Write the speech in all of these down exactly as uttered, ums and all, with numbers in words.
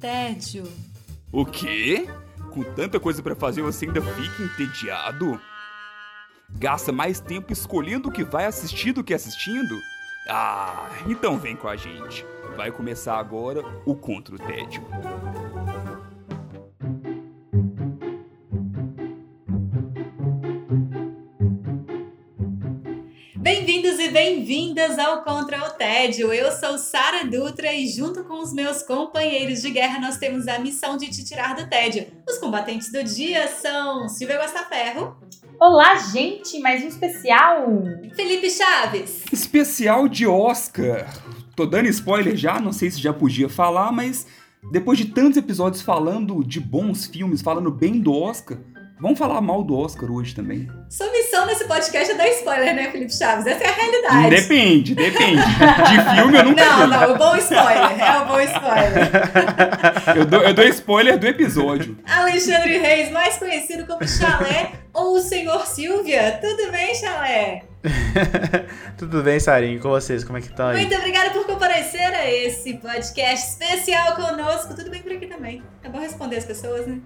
tédio. O quê? Com tanta coisa pra fazer você ainda fica entediado? Gasta mais tempo escolhendo o que vai assistir do que assistindo? Ah, então vem com a gente. Vai começar agora o Contra o Tédio. Bem-vindos e bem-vindas ao Contra o Tédio. Eu sou Sara Dutra e junto com os meus companheiros de guerra nós temos a missão de te tirar do tédio. Os combatentes do dia são Silvia Gostaferro. Olá, gente! Mais um especial! Felipe Chaves. Especial de Oscar. Tô dando spoiler já, não sei se já podia falar, mas depois de tantos episódios falando de bons filmes, falando bem do Oscar, vamos falar mal do Oscar hoje também. Sua missão nesse podcast é dar spoiler, né, Felipe Chaves? Essa é a realidade. Depende, depende. De filme eu nunca Não, vi. não, o bom spoiler. É o bom spoiler. Eu dou, eu dou spoiler do episódio. Alexandre Reis, mais conhecido como Chalé ou o Senhor Silvia. Tudo bem, Chalé? Tudo bem, Sarinho? Com vocês? Como é que estão aí? Muito obrigada por comparecer a esse podcast especial conosco. Tudo bem por aqui também. É bom responder as pessoas, né?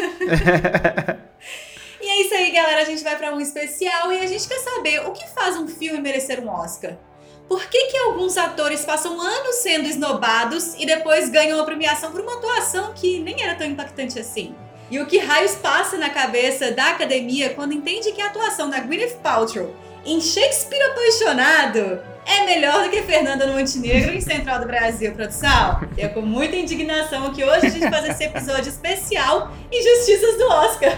E é isso aí, galera. A gente vai pra um especial e a gente quer saber o que faz um filme merecer um Oscar. Por que que alguns atores passam anos sendo esnobados e depois ganham a premiação por uma atuação que nem era tão impactante assim? E o que raios passa na cabeça da academia quando entende que a atuação da Gwyneth Paltrow em Shakespeare Apaixonado é melhor do que Fernanda no Montenegro em Central do Brasil, produção? É com muita indignação que hoje a gente faz esse episódio especial Injustiças do Oscar.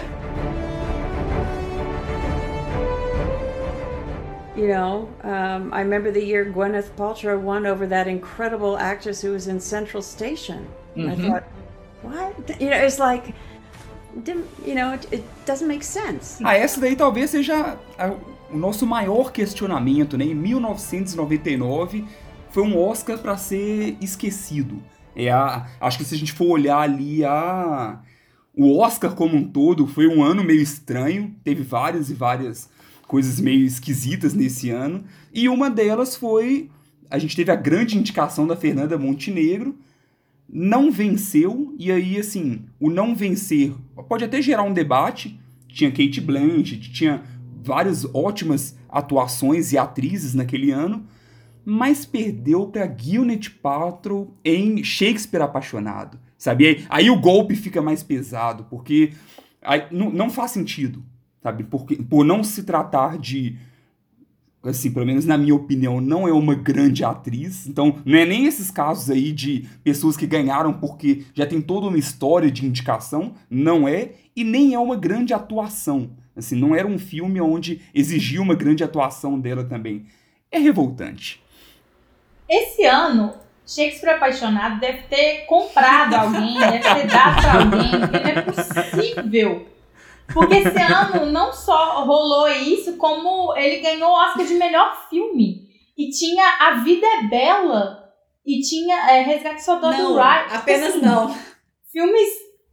You know, um, I remember the year Gwyneth Paltrow won over that incredible actress who was in Central Station. Mm-hmm. I thought, what? You know, it's like, you know, it, it doesn't make sense. Ah, essa daí talvez seja a, o nosso maior questionamento, né? Em mil novecentos e noventa e nove foi um Oscar para ser esquecido. É a, acho que se a gente for olhar ali a, o Oscar como um todo, foi um ano meio estranho. Teve várias e várias coisas meio esquisitas nesse ano. E uma delas foi, a gente teve a grande indicação da Fernanda Montenegro, não venceu, e aí, assim, o não vencer pode até gerar um debate. Tinha Cate Blanchett, tinha várias ótimas atuações e atrizes naquele ano, mas perdeu para Gwyneth Paltrow em Shakespeare Apaixonado, sabe? Aí, aí o golpe fica mais pesado, porque aí, não, não faz sentido, sabe? Porque, por não se tratar de, assim, pelo menos na minha opinião, não é uma grande atriz. Então, não é nem esses casos aí de pessoas que ganharam porque já tem toda uma história de indicação, não é, e nem é uma grande atuação. Assim, não era um filme onde exigia uma grande atuação dela também. É revoltante. Esse ano, Shakespeare Apaixonado deve ter comprado alguém, deve ter dado pra alguém, porque não é possível. Porque esse ano não só rolou isso, como ele ganhou o Oscar de melhor filme. E tinha A Vida é Bela e tinha é, Resgate Soldado Não, Ryan. apenas assim, não. Filmes...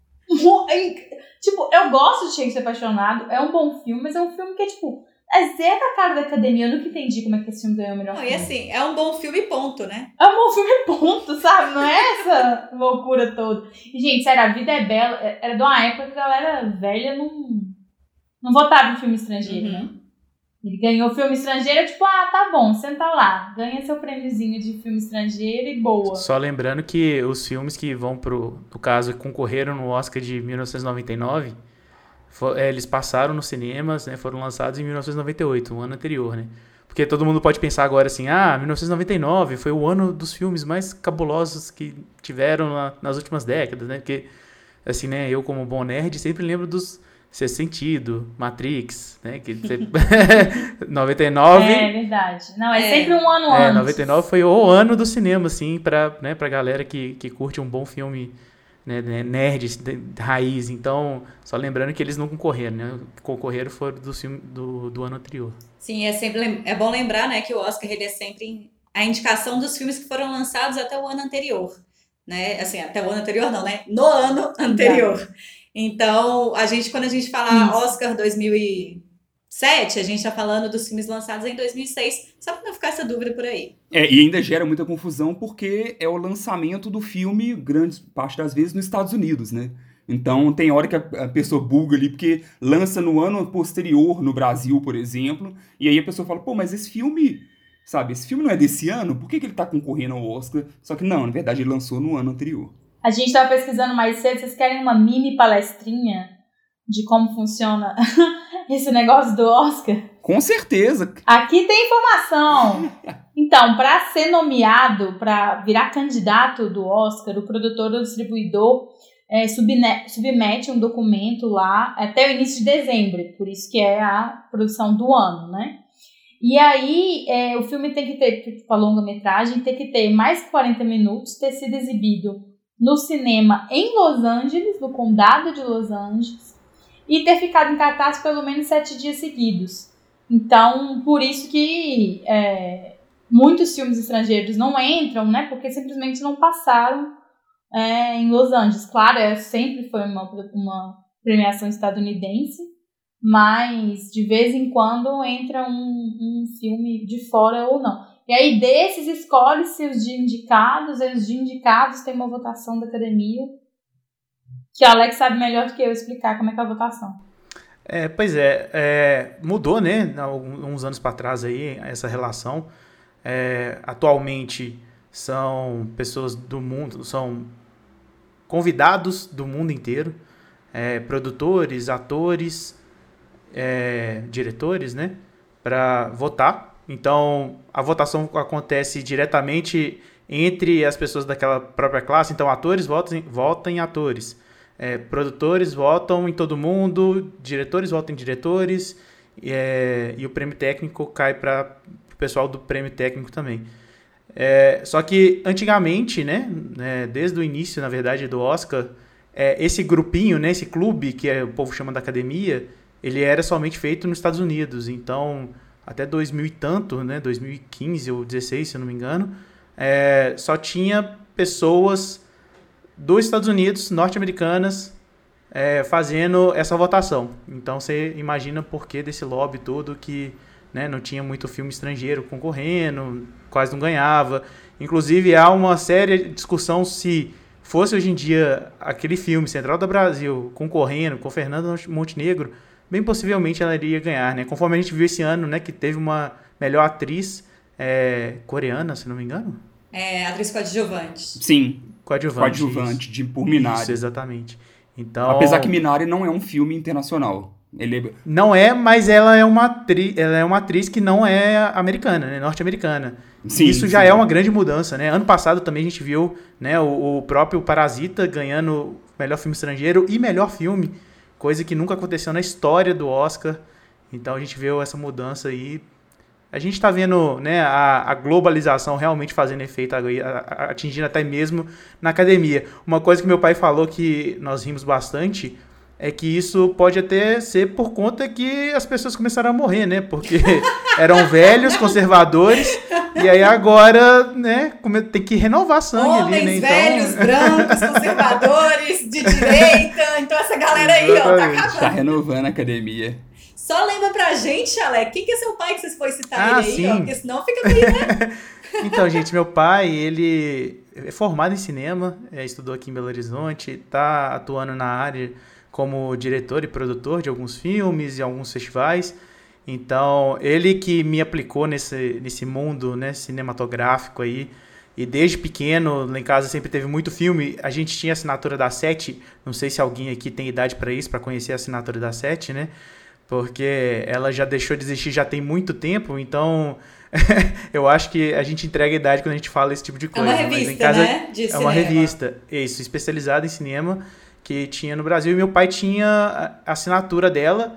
Tipo, eu gosto de Shakespeare Apaixonado, é um bom filme, mas é um filme que é tipo... É zero a cara da academia, eu nunca entendi como é que esse filme ganhou o melhor Não, filme. e assim, é um bom filme ponto, né? É um bom filme ponto, sabe? Não é essa loucura toda. E, gente, sério, A Vida é Bela era de uma época que a galera velha não, não votava em filme estrangeiro, Uhum. né? Ele ganhou filme estrangeiro, tipo, ah, tá bom, senta lá. Ganha seu prêmiozinho de filme estrangeiro e boa. Só lembrando que os filmes que vão pro, no caso, concorreram no Oscar de mil novecentos e noventa e nove, for, é, eles passaram nos cinemas, né, foram lançados em mil novecentos e noventa e oito, o ano anterior, né? Porque todo mundo pode pensar agora assim, ah, mil novecentos e noventa e nove foi o ano dos filmes mais cabulosos que tiveram na, nas últimas décadas, né? Porque, assim, né, eu como bom nerd sempre lembro dos Sexto Sentido, Matrix, né? Que noventa e nove... É verdade. Não, é, É. sempre um ano É, antes. noventa e nove foi o ano do cinema, assim, pra, né, pra galera que, que curte um bom filme, né, nerd, de, raiz. Então, só lembrando que eles não concorreram, né? Concorreram foram do, filme, do, do ano anterior. Sim, é, sempre, é bom lembrar, né, que o Oscar ele é sempre a indicação dos filmes que foram lançados até o ano anterior, né? Assim, até o ano anterior não, né? No ano anterior. Então, a gente, quando a gente fala Isso. Oscar dois mil e sete, a gente tá falando dos filmes lançados em dois mil e seis, só pra não ficar essa dúvida por aí. É, e ainda gera muita confusão porque é o lançamento do filme, grande parte das vezes, nos Estados Unidos, né? Então tem hora que a, a pessoa buga ali, porque lança no ano posterior no Brasil, por exemplo, e aí a pessoa fala, pô, mas esse filme, sabe, esse filme não é desse ano? Por que, que ele tá concorrendo ao Oscar? Só que não, na verdade ele lançou no ano anterior. A gente tava pesquisando mais cedo, vocês querem uma mini palestrinha de como funciona esse negócio do Oscar? Com certeza. Aqui tem informação. Então, para ser nomeado, para virar candidato do Oscar, o produtor ou distribuidor é, subne- submete um documento lá até o início de dezembro, por isso que é a produção do ano, né? E aí, é, o filme tem que ter, tipo, a longa-metragem, tem que ter mais de quarenta minutos, ter sido exibido no cinema em Los Angeles, no condado de Los Angeles, e ter ficado em cartaz pelo menos sete dias seguidos. Então, por isso que é, muitos filmes estrangeiros não entram, né? Porque simplesmente não passaram é, em Los Angeles. Claro, é, sempre foi uma, uma premiação estadunidense, mas de vez em quando entra um, um filme de fora ou não. E aí, desses, escolhe-se os de indicados, e os de indicados tem uma votação da academia, que o Alex sabe melhor do que eu explicar como é que é a votação. É, pois é, é, mudou, né, uns anos para trás aí, essa relação. É, atualmente são pessoas do mundo, são convidados do mundo inteiro, é, produtores, atores, é, diretores, né, para votar. Então, a votação acontece diretamente entre as pessoas daquela própria classe. Então, atores votam, votam em atores. É, produtores votam em todo mundo, diretores votam em diretores, é, e o prêmio técnico cai para o pessoal do prêmio técnico também. É, só que antigamente, né, né, desde o início, na verdade, do Oscar, é, esse grupinho, né, esse clube que é, o povo chama da academia, ele era somente feito nos Estados Unidos. Então, até dois mil e tanto, né, dois mil e quinze ou dezesseis, se eu não me engano, é, só tinha pessoas dos Estados Unidos, norte-americanas, é, fazendo essa votação. Então você imagina por que desse lobby todo que, né, não tinha muito filme estrangeiro concorrendo, quase não ganhava. Inclusive há uma séria discussão se fosse hoje em dia aquele filme Central do Brasil concorrendo com Fernanda Montenegro, bem possivelmente ela iria ganhar, né? Conforme a gente viu esse ano, né, que teve uma melhor atriz é, coreana, se não me engano. É, atriz coadjuvante. Sim. Coadjuvante. Coadjuvante, de, por Minari. Isso, exatamente. Então, apesar que Minari não é um filme internacional. Ele é... Não é, mas ela é uma atriz, ela é uma atriz que não é americana, né? Norte-americana. Sim, Isso já sim. é uma grande mudança, né? Ano passado também a gente viu, né, o, o próprio Parasita ganhando melhor filme estrangeiro e melhor filme, coisa que nunca aconteceu na história do Oscar. Então a gente viu essa mudança aí. A gente está vendo, né, a, a globalização realmente fazendo efeito, a, a, atingindo até mesmo na academia. Uma coisa que meu pai falou que nós rimos bastante é que isso pode até ser por conta que as pessoas começaram a morrer, né? Porque eram velhos, conservadores, e aí agora, né, tem que renovar sangue Homens, ali, né? velhos, então... brancos, conservadores, de direita. Então essa galera aí, ó, tá acabando. Tá renovando a academia. Só lembra pra gente, Alec, quem que é seu pai que vocês foi citar ah, ele aí, sim. ó? Porque senão fica meio, né? Então, gente, meu pai, ele é formado em cinema, é, estudou aqui em Belo Horizonte, tá atuando na área como diretor e produtor de alguns filmes e alguns festivais. Então, ele que me aplicou nesse, nesse mundo, né, cinematográfico aí. E desde pequeno, lá em casa sempre teve muito filme. A gente tinha a assinatura da Sete. Não sei se alguém aqui tem idade para isso, para conhecer a assinatura da Sete, né? Porque ela já deixou de existir já tem muito tempo. Então, eu acho que a gente entrega a idade quando a gente fala esse tipo de coisa. É uma revista, Mas em casa, né? De é cinema. uma revista, isso, especializada em cinema, que tinha no Brasil. E meu pai tinha a assinatura dela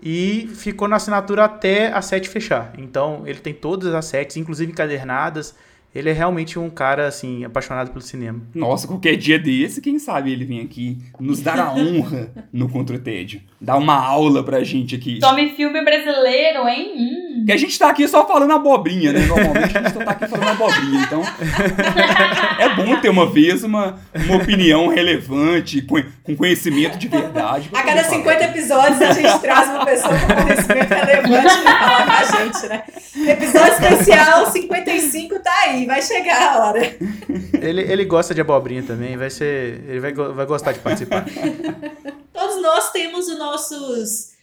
e ficou na assinatura até a Sete fechar. Então, ele tem todas as Setes, inclusive encadernadas. Ele é realmente um cara, assim, apaixonado pelo cinema. Nossa, qualquer dia desse, quem sabe ele vem aqui nos dar a honra no Contra o Tédio. Dar uma aula pra gente aqui. Tome filme brasileiro, hein? Hum. Porque a gente tá aqui só falando abobrinha, né? Normalmente a gente só tá aqui falando abobrinha. Então, é bom ter uma vez uma, uma opinião relevante, com, com conhecimento de verdade. A cada cinquenta episódios a gente traz uma pessoa com conhecimento relevante pra falar com a gente, né? Episódio especial cinquenta e cinco tá aí, vai chegar a hora. Ele, ele gosta de abobrinha também, vai ser, ele vai, vai gostar de participar. Todos nós temos os nossos,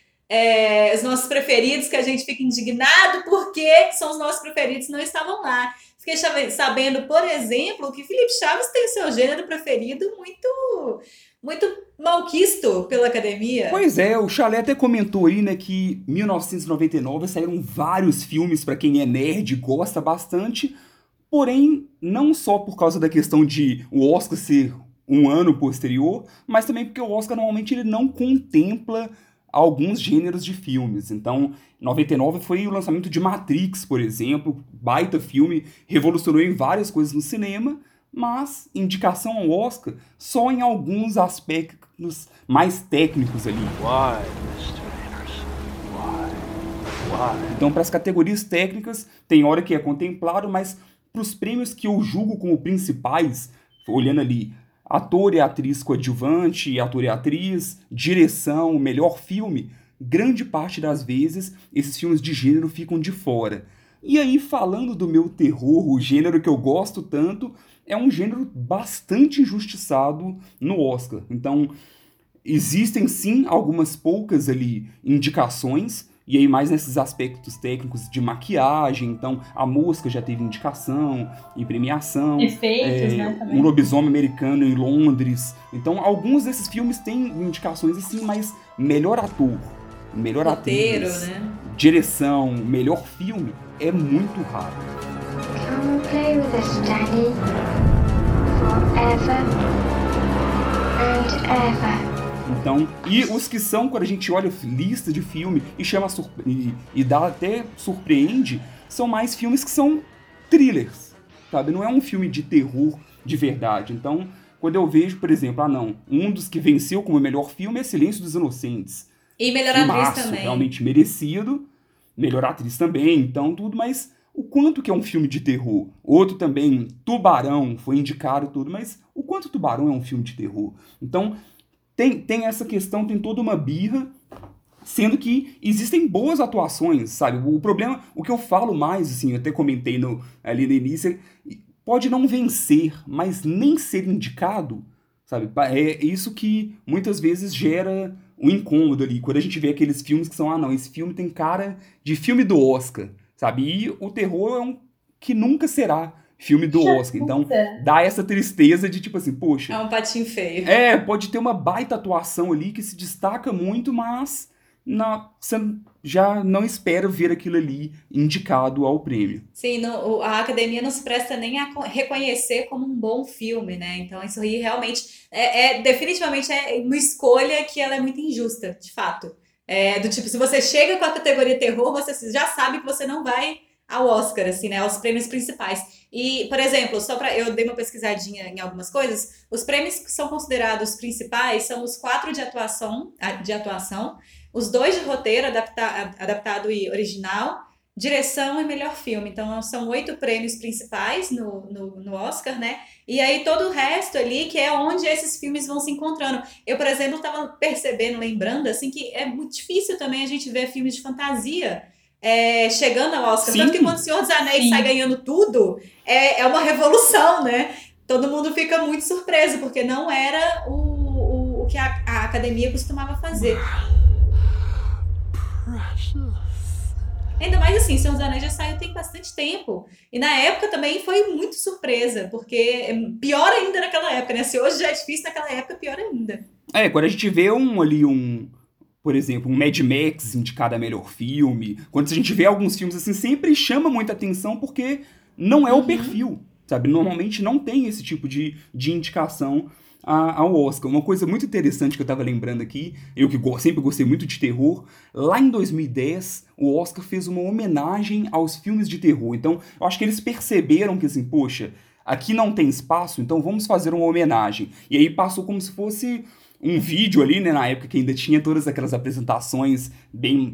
é, os nossos preferidos que a gente fica indignado porque são os nossos preferidos e não estavam lá. Fiquei sabendo, por exemplo, que Felipe Chaves tem o seu gênero preferido muito, muito malquisto pela academia. Pois é, o Chalé até comentou aí, né, que em mil novecentos e noventa e nove saíram vários filmes pra quem é nerd e gosta bastante, porém, não só por causa da questão de o Oscar ser um ano posterior, mas também porque o Oscar normalmente ele não contempla alguns gêneros de filmes. Então, em noventa e nove foi o lançamento de Matrix, por exemplo, baita filme, revolucionou em várias coisas no cinema, mas indicação ao Oscar só em alguns aspectos mais técnicos ali. Why, mister Anderson? Why? Why? Então, para as categorias técnicas, tem hora que é contemplado, mas para os prêmios que eu julgo como principais, olhando ali, ator e atriz coadjuvante, ator e atriz, direção, melhor filme, grande parte das vezes esses filmes de gênero ficam de fora. E aí, falando do meu terror, o gênero que eu gosto tanto, é um gênero bastante injustiçado no Oscar. Então, existem sim algumas poucas ali indicações, e aí mais nesses aspectos técnicos de maquiagem. Então, A Mosca já teve indicação e premiação. Efeitos, é, né, também. Um Lobisomem Americano em Londres. Então, alguns desses filmes têm indicações assim, mas melhor ator, melhor Roteiro, atriz, né? direção, melhor filme, é muito raro. Come play with us, Daddy. Forever and ever. Então, e os que são, quando a gente olha lista de filme e chama surpre- e, e dá até surpreende, são mais filmes que são thrillers, sabe? Não é um filme de terror de verdade. Então, quando eu vejo, por exemplo, ah não, um dos que venceu como melhor filme é Silêncio dos Inocentes. E melhor Filmaço, atriz também. realmente merecido, melhor atriz também, então tudo, mas o quanto que é um filme de terror? Outro também, Tubarão, foi indicado tudo, mas o quanto Tubarão é um filme de terror? Então, Tem, tem essa questão, tem toda uma birra, sendo que existem boas atuações, sabe? O problema, o que eu falo mais, assim, eu até comentei no, ali no início, pode não vencer, mas nem ser indicado, sabe? É isso que muitas vezes gera um incômodo ali, quando a gente vê aqueles filmes que são, ah não, esse filme tem cara de filme do Oscar, sabe? E o terror é um que nunca será filme do Oscar. Então, dá essa tristeza de tipo assim, poxa... É um patinho feio. É, pode ter uma baita atuação ali que se destaca muito, mas na, você já não espera ver aquilo ali indicado ao prêmio. Sim, no, a academia não se presta nem a reconhecer como um bom filme, né? Então, isso aí realmente é, é definitivamente é uma escolha que ela é muito injusta, de fato. É, do tipo, se você chega com a categoria terror, você já sabe que você não vai ao Oscar, assim, né? Aos prêmios principais. E, por exemplo, só para eu dei uma pesquisadinha em algumas coisas, os prêmios que são considerados principais são os quatro de atuação, de atuação, os dois de roteiro, adapta, adaptado e original, direção e melhor filme. Então, são oito prêmios principais no, no, no Oscar, né? E aí, todo o resto ali, que é onde esses filmes vão se encontrando. Eu, por exemplo, estava percebendo, lembrando, assim, que é muito difícil também a gente ver filmes de fantasia É, chegando ao Oscar. Sim. Tanto que quando o Senhor dos Anéis Sim. sai ganhando tudo, é, é uma revolução, né? Todo mundo fica muito surpreso, porque não era o, o, o que a, a academia costumava fazer. Ainda mais assim, Senhor dos Anéis já saiu tem bastante tempo. E na época também foi muito surpresa, porque pior ainda naquela época, né? Se hoje já é difícil, naquela época pior ainda. É, quando a gente vê um ali, um... por exemplo, um Mad Max indicado a melhor filme. Quando a gente vê alguns filmes assim, sempre chama muita atenção porque não é o perfil, sabe? Normalmente não tem esse tipo de, de indicação a, ao Oscar. Uma coisa muito interessante que eu tava lembrando aqui, eu que go- sempre gostei muito de terror, lá em dois mil e dez, o Oscar fez uma homenagem aos filmes de terror. Então, eu acho que eles perceberam que assim, poxa, aqui não tem espaço, então vamos fazer uma homenagem. E aí passou como se fosse um vídeo ali, né, na época que ainda tinha todas aquelas apresentações bem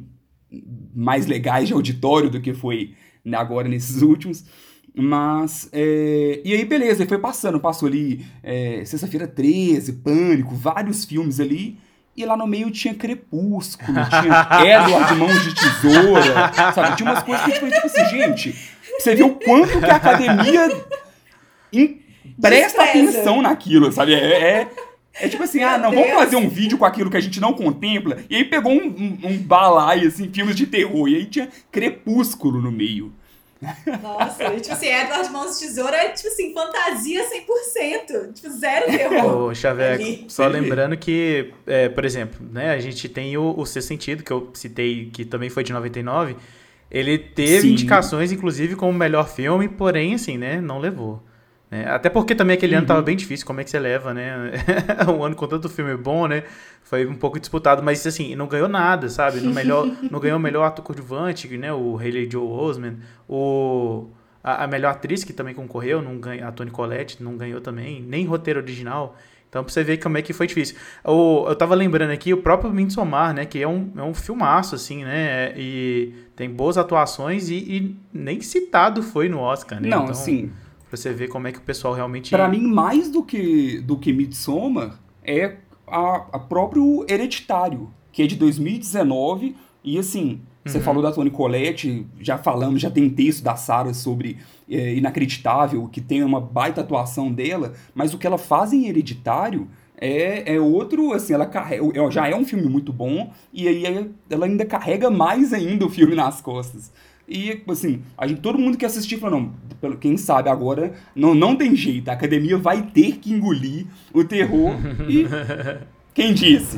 mais legais de auditório do que foi agora nesses últimos. Mas, é... e aí beleza, foi passando, passou ali é, Sexta-feira treze, Pânico, vários filmes ali, e lá no meio tinha Crepúsculo, tinha Edward Mãos de Tesoura, sabe, tinha umas coisas que tipo, tipo assim, gente, você vê o quanto que a academia in... presta Despreza. atenção naquilo, sabe, é... é... É tipo assim, ah, não, Meu vamos Deus. fazer um vídeo com aquilo que a gente não contempla. E aí pegou um, um, um balaio, assim, filmes de terror. E aí tinha Crepúsculo no meio. Nossa, e, tipo assim, Edward Mãos de Tesoura é, tipo assim, fantasia cem por cento. Tipo, zero terror. Ô, Xaveco, Ali. só lembrando que, é, por exemplo, né, a gente tem o, o Sexto Sentido, que eu citei, que também foi de noventa e nove. Ele teve Sim. indicações, inclusive, como melhor filme, porém, assim, né, não levou. É, até porque também aquele Uhum. ano tava bem difícil, como é que você leva, né? Um ano com tanto filme bom, né? Foi um pouco disputado, mas assim, não ganhou nada, sabe? No melhor, não ganhou o melhor ator coadjuvante, né? O Haley Joel Osment. O, a, a melhor atriz que também concorreu, não ganha, a Toni Collette, não ganhou também, nem roteiro original. Então, pra você ver como é que foi difícil. O, eu tava lembrando aqui o próprio Midsommar, né? Que é um, é um filmaço, assim, né? E tem boas atuações e, e nem citado foi no Oscar, né? Não, então, assim... Pra você ver como é que o pessoal realmente... Pra mim, mais do que, do que Midsommar, é a, a próprio Hereditário, que é de dois mil e dezenove, e assim, você Uhum. falou da Toni Collette, já falamos, já tem texto da Sarah sobre é, Inacreditável, que tem uma baita atuação dela, mas o que ela faz em Hereditário é, é outro, assim, ela carrega, já é um filme muito bom, e aí ela ainda carrega mais ainda o filme nas costas. E, assim, a gente, todo mundo que assistir falou, não, pelo- quem sabe agora não, não tem jeito, a academia vai ter que engolir o terror e quem disse?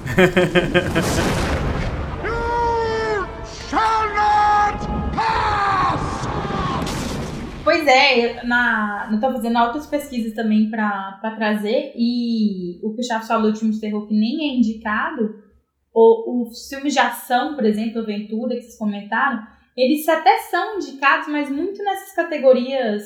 Pois é, eu, na, eu tô fazendo altas pesquisas também pra, pra trazer, e o que o Chaves falou de filme de terror que nem é indicado, ou os filmes de ação, por exemplo, Aventura, que vocês comentaram, eles até são indicados, mas muito nessas categorias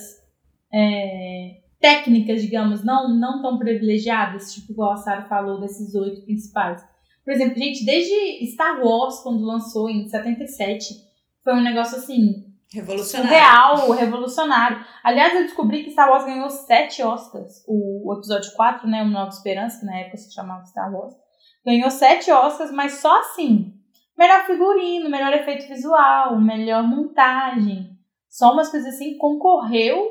é, técnicas, digamos, não, não tão privilegiadas, tipo igual a Sarah falou, desses oito principais. Por exemplo, gente, desde Star Wars, quando lançou em setenta e sete, foi um negócio assim... Revolucionário. surreal, revolucionário. Aliás, eu descobri que Star Wars ganhou sete Oscars. O, o episódio quatro, né, o Nova Esperança, que na época se chamava Star Wars, ganhou sete Oscars, mas só assim. Melhor figurino, melhor efeito visual, melhor montagem. Só umas coisas assim. Concorreu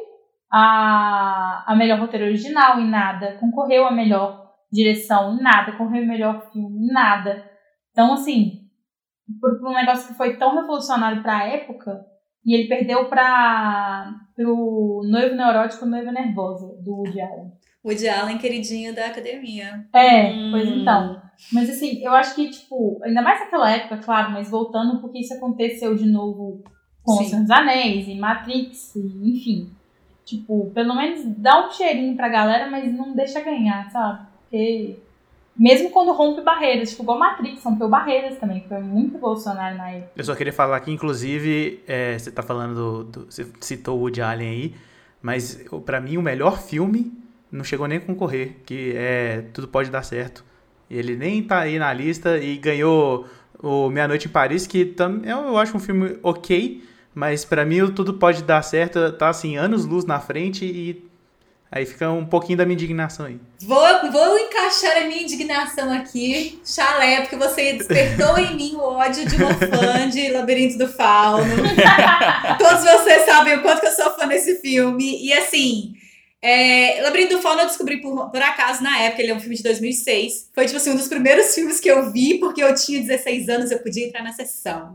a, a melhor roteiro original em nada. Concorreu a melhor direção em nada. Concorreu a melhor filme em nada. Então, assim, por, por um negócio que foi tão revolucionário pra época... E ele perdeu para o Noivo Neurótico, Noiva Nervosa, do Woody Allen. Woody Allen, queridinho da academia. É, Hum. pois então. Mas assim, eu acho que, tipo, ainda mais naquela época, claro, mas voltando, porque isso aconteceu de novo com Sim. O Senhor dos Anéis e Matrix, e, enfim. Tipo, pelo menos dá um cheirinho pra galera, mas não deixa ganhar, sabe? Porque... Mesmo quando rompe barreiras, tipo, igual Matrix, rompeu barreiras também, que foi muito revolucionário na época. Eu só queria falar que, inclusive, é, você tá falando do, do... Você citou o Woody Allen aí, mas pra mim o melhor filme não chegou nem a concorrer, que é Tudo Pode Dar Certo. Ele nem tá aí na lista e ganhou o Meia Noite em Paris, que tam, eu, eu acho um filme ok, mas pra mim o Tudo Pode Dar Certo tá, assim, anos-luz na frente e aí fica um pouquinho da minha indignação aí. Vou, vou encaixar a minha indignação aqui, Chalé, porque você despertou em mim o ódio de uma fã de Labirinto do Fauno. Todos vocês sabem o quanto que eu sou fã desse filme. E assim, é, Labirinto do Fauno eu descobri por, por acaso na época, ele é um filme de dois mil e seis. Foi tipo assim, um dos primeiros filmes que eu vi, porque eu tinha dezesseis anos, eu podia entrar na sessão.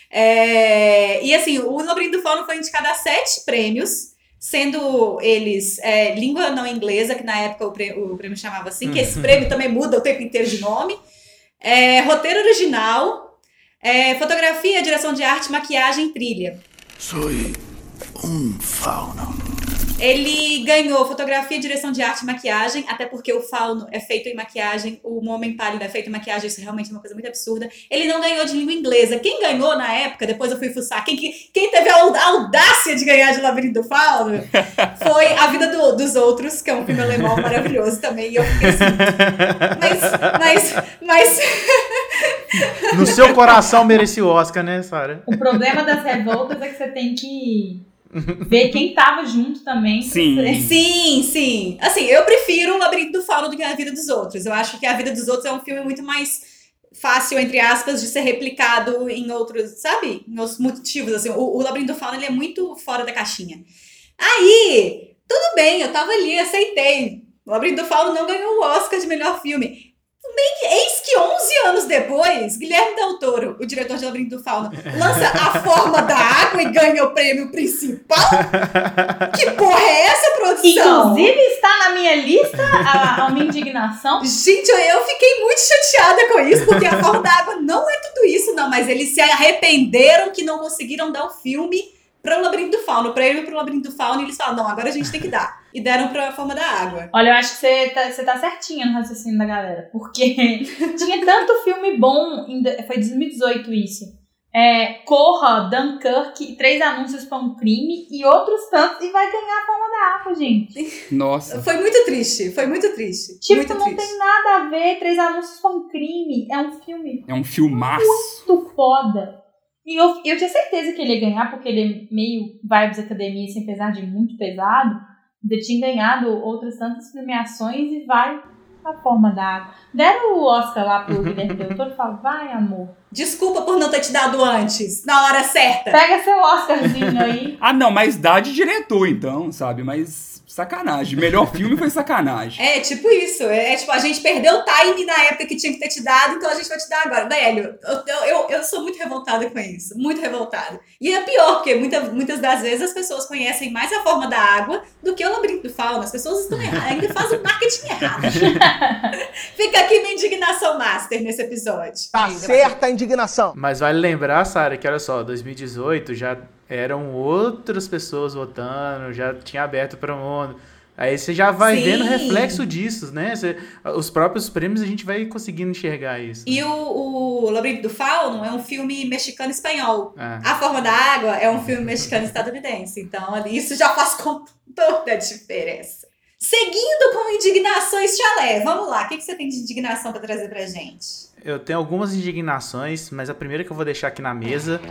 É, e assim, o Labirinto do Fauno foi indicado a sete prêmios, sendo eles é, língua não inglesa, que na época o prêmio, o prêmio chamava assim, que esse prêmio também muda o tempo inteiro de nome, é, roteiro original, é, fotografia, direção de arte, maquiagem e trilha. Sou um fauno. Ele ganhou fotografia, direção de arte e maquiagem, até porque o fauno é feito em maquiagem, o homem pálido é feito em maquiagem, isso realmente é uma coisa muito absurda. Ele não ganhou de língua inglesa. Quem ganhou na época, depois eu fui fuçar, quem, quem teve a audácia de ganhar de Labirinto do Fauno foi A Vida do, dos Outros, que é um filme alemão maravilhoso também, e eu fiquei assim... Mas, mas, mas... No seu coração merecia o Oscar, né, Sarah? O problema das revoltas é que você tem que ver quem tava junto também. Sim. Sim, sim. Assim, eu prefiro o Labirinto do Fauno do que A Vida dos Outros. Eu acho que A Vida dos Outros é um filme muito mais fácil, entre aspas, de ser replicado em outros, sabe? Em outros motivos, assim. O, o Labirinto do Fauno, ele é muito fora da caixinha. Aí, tudo bem, eu tava ali, aceitei. O Labirinto do Fauno não ganhou o Oscar de melhor filme. Bem, eis que onze anos depois, Guilherme Del Toro, o diretor de Labirinto do Fauno, lança A Forma da Água e ganha o prêmio principal? Que porra é essa, produção? Inclusive está na minha lista a, a minha indignação. Gente, eu, eu fiquei muito chateada com isso, porque A Forma da Água não é tudo isso, não, mas eles se arrependeram que não conseguiram dar o filme para o Labirinto do Fauno, o prêmio para o Labirinto do Fauno, e eles falaram, não, agora a gente tem que dar. E deram para A Forma da Água. Olha, eu acho que você tá, você tá certinha no raciocínio da galera, porque tinha tanto filme bom, em, foi dois mil e dezoito isso, é, Corra, Dunkirk, Três Anúncios para um Crime e outros tantos, e vai ganhar A Forma da Água, gente. Nossa. Foi muito triste, foi muito triste. Tipo, muito não triste. tem nada a ver, Três Anúncios para um Crime é um filme É um filmaço. muito foda. E eu, eu tinha certeza que ele ia ganhar, porque ele é meio vibes academia, assim, apesar de muito pesado. Ele tinha ganhado outras tantas premiações e vai A Forma da Água. Deram o Oscar lá pro Guilherme Del Toro e falaram, vai, amor. Desculpa por não ter te dado antes, na hora certa. Pega seu Oscarzinho aí. Ah, não, mas dá de diretor, então, sabe? Mas sacanagem. Melhor filme foi sacanagem. É, tipo isso. É, é tipo, a gente perdeu o time na época que tinha que ter te dado, então a gente vai te dar agora. Velho, eu, eu, eu sou muito revoltada com isso. Muito revoltada. E é pior, porque muita, muitas das vezes as pessoas conhecem mais A Forma da Água do que o Labirinto do Fauno. As pessoas estão erradas, ainda fazem o marketing errado. Fica aqui minha indignação master nesse episódio. Tá certa a indignação. Mas vale lembrar, Sarah, que olha só, dois mil e dezoito já eram outras pessoas votando, já tinha aberto para o mundo. Aí você já vai Sim. vendo reflexo disso, né? Você, os próprios prêmios a gente vai conseguindo enxergar isso. E o, o Labirinto do Fauno é um filme mexicano-espanhol. É. A Forma da Água é um filme mexicano-estadunidense. Então, isso já faz com toda a diferença. Seguindo com indignações chalé, vamos lá. O que, que você tem de indignação para trazer pra gente? Eu tenho algumas indignações, mas a primeira que eu vou deixar aqui na mesa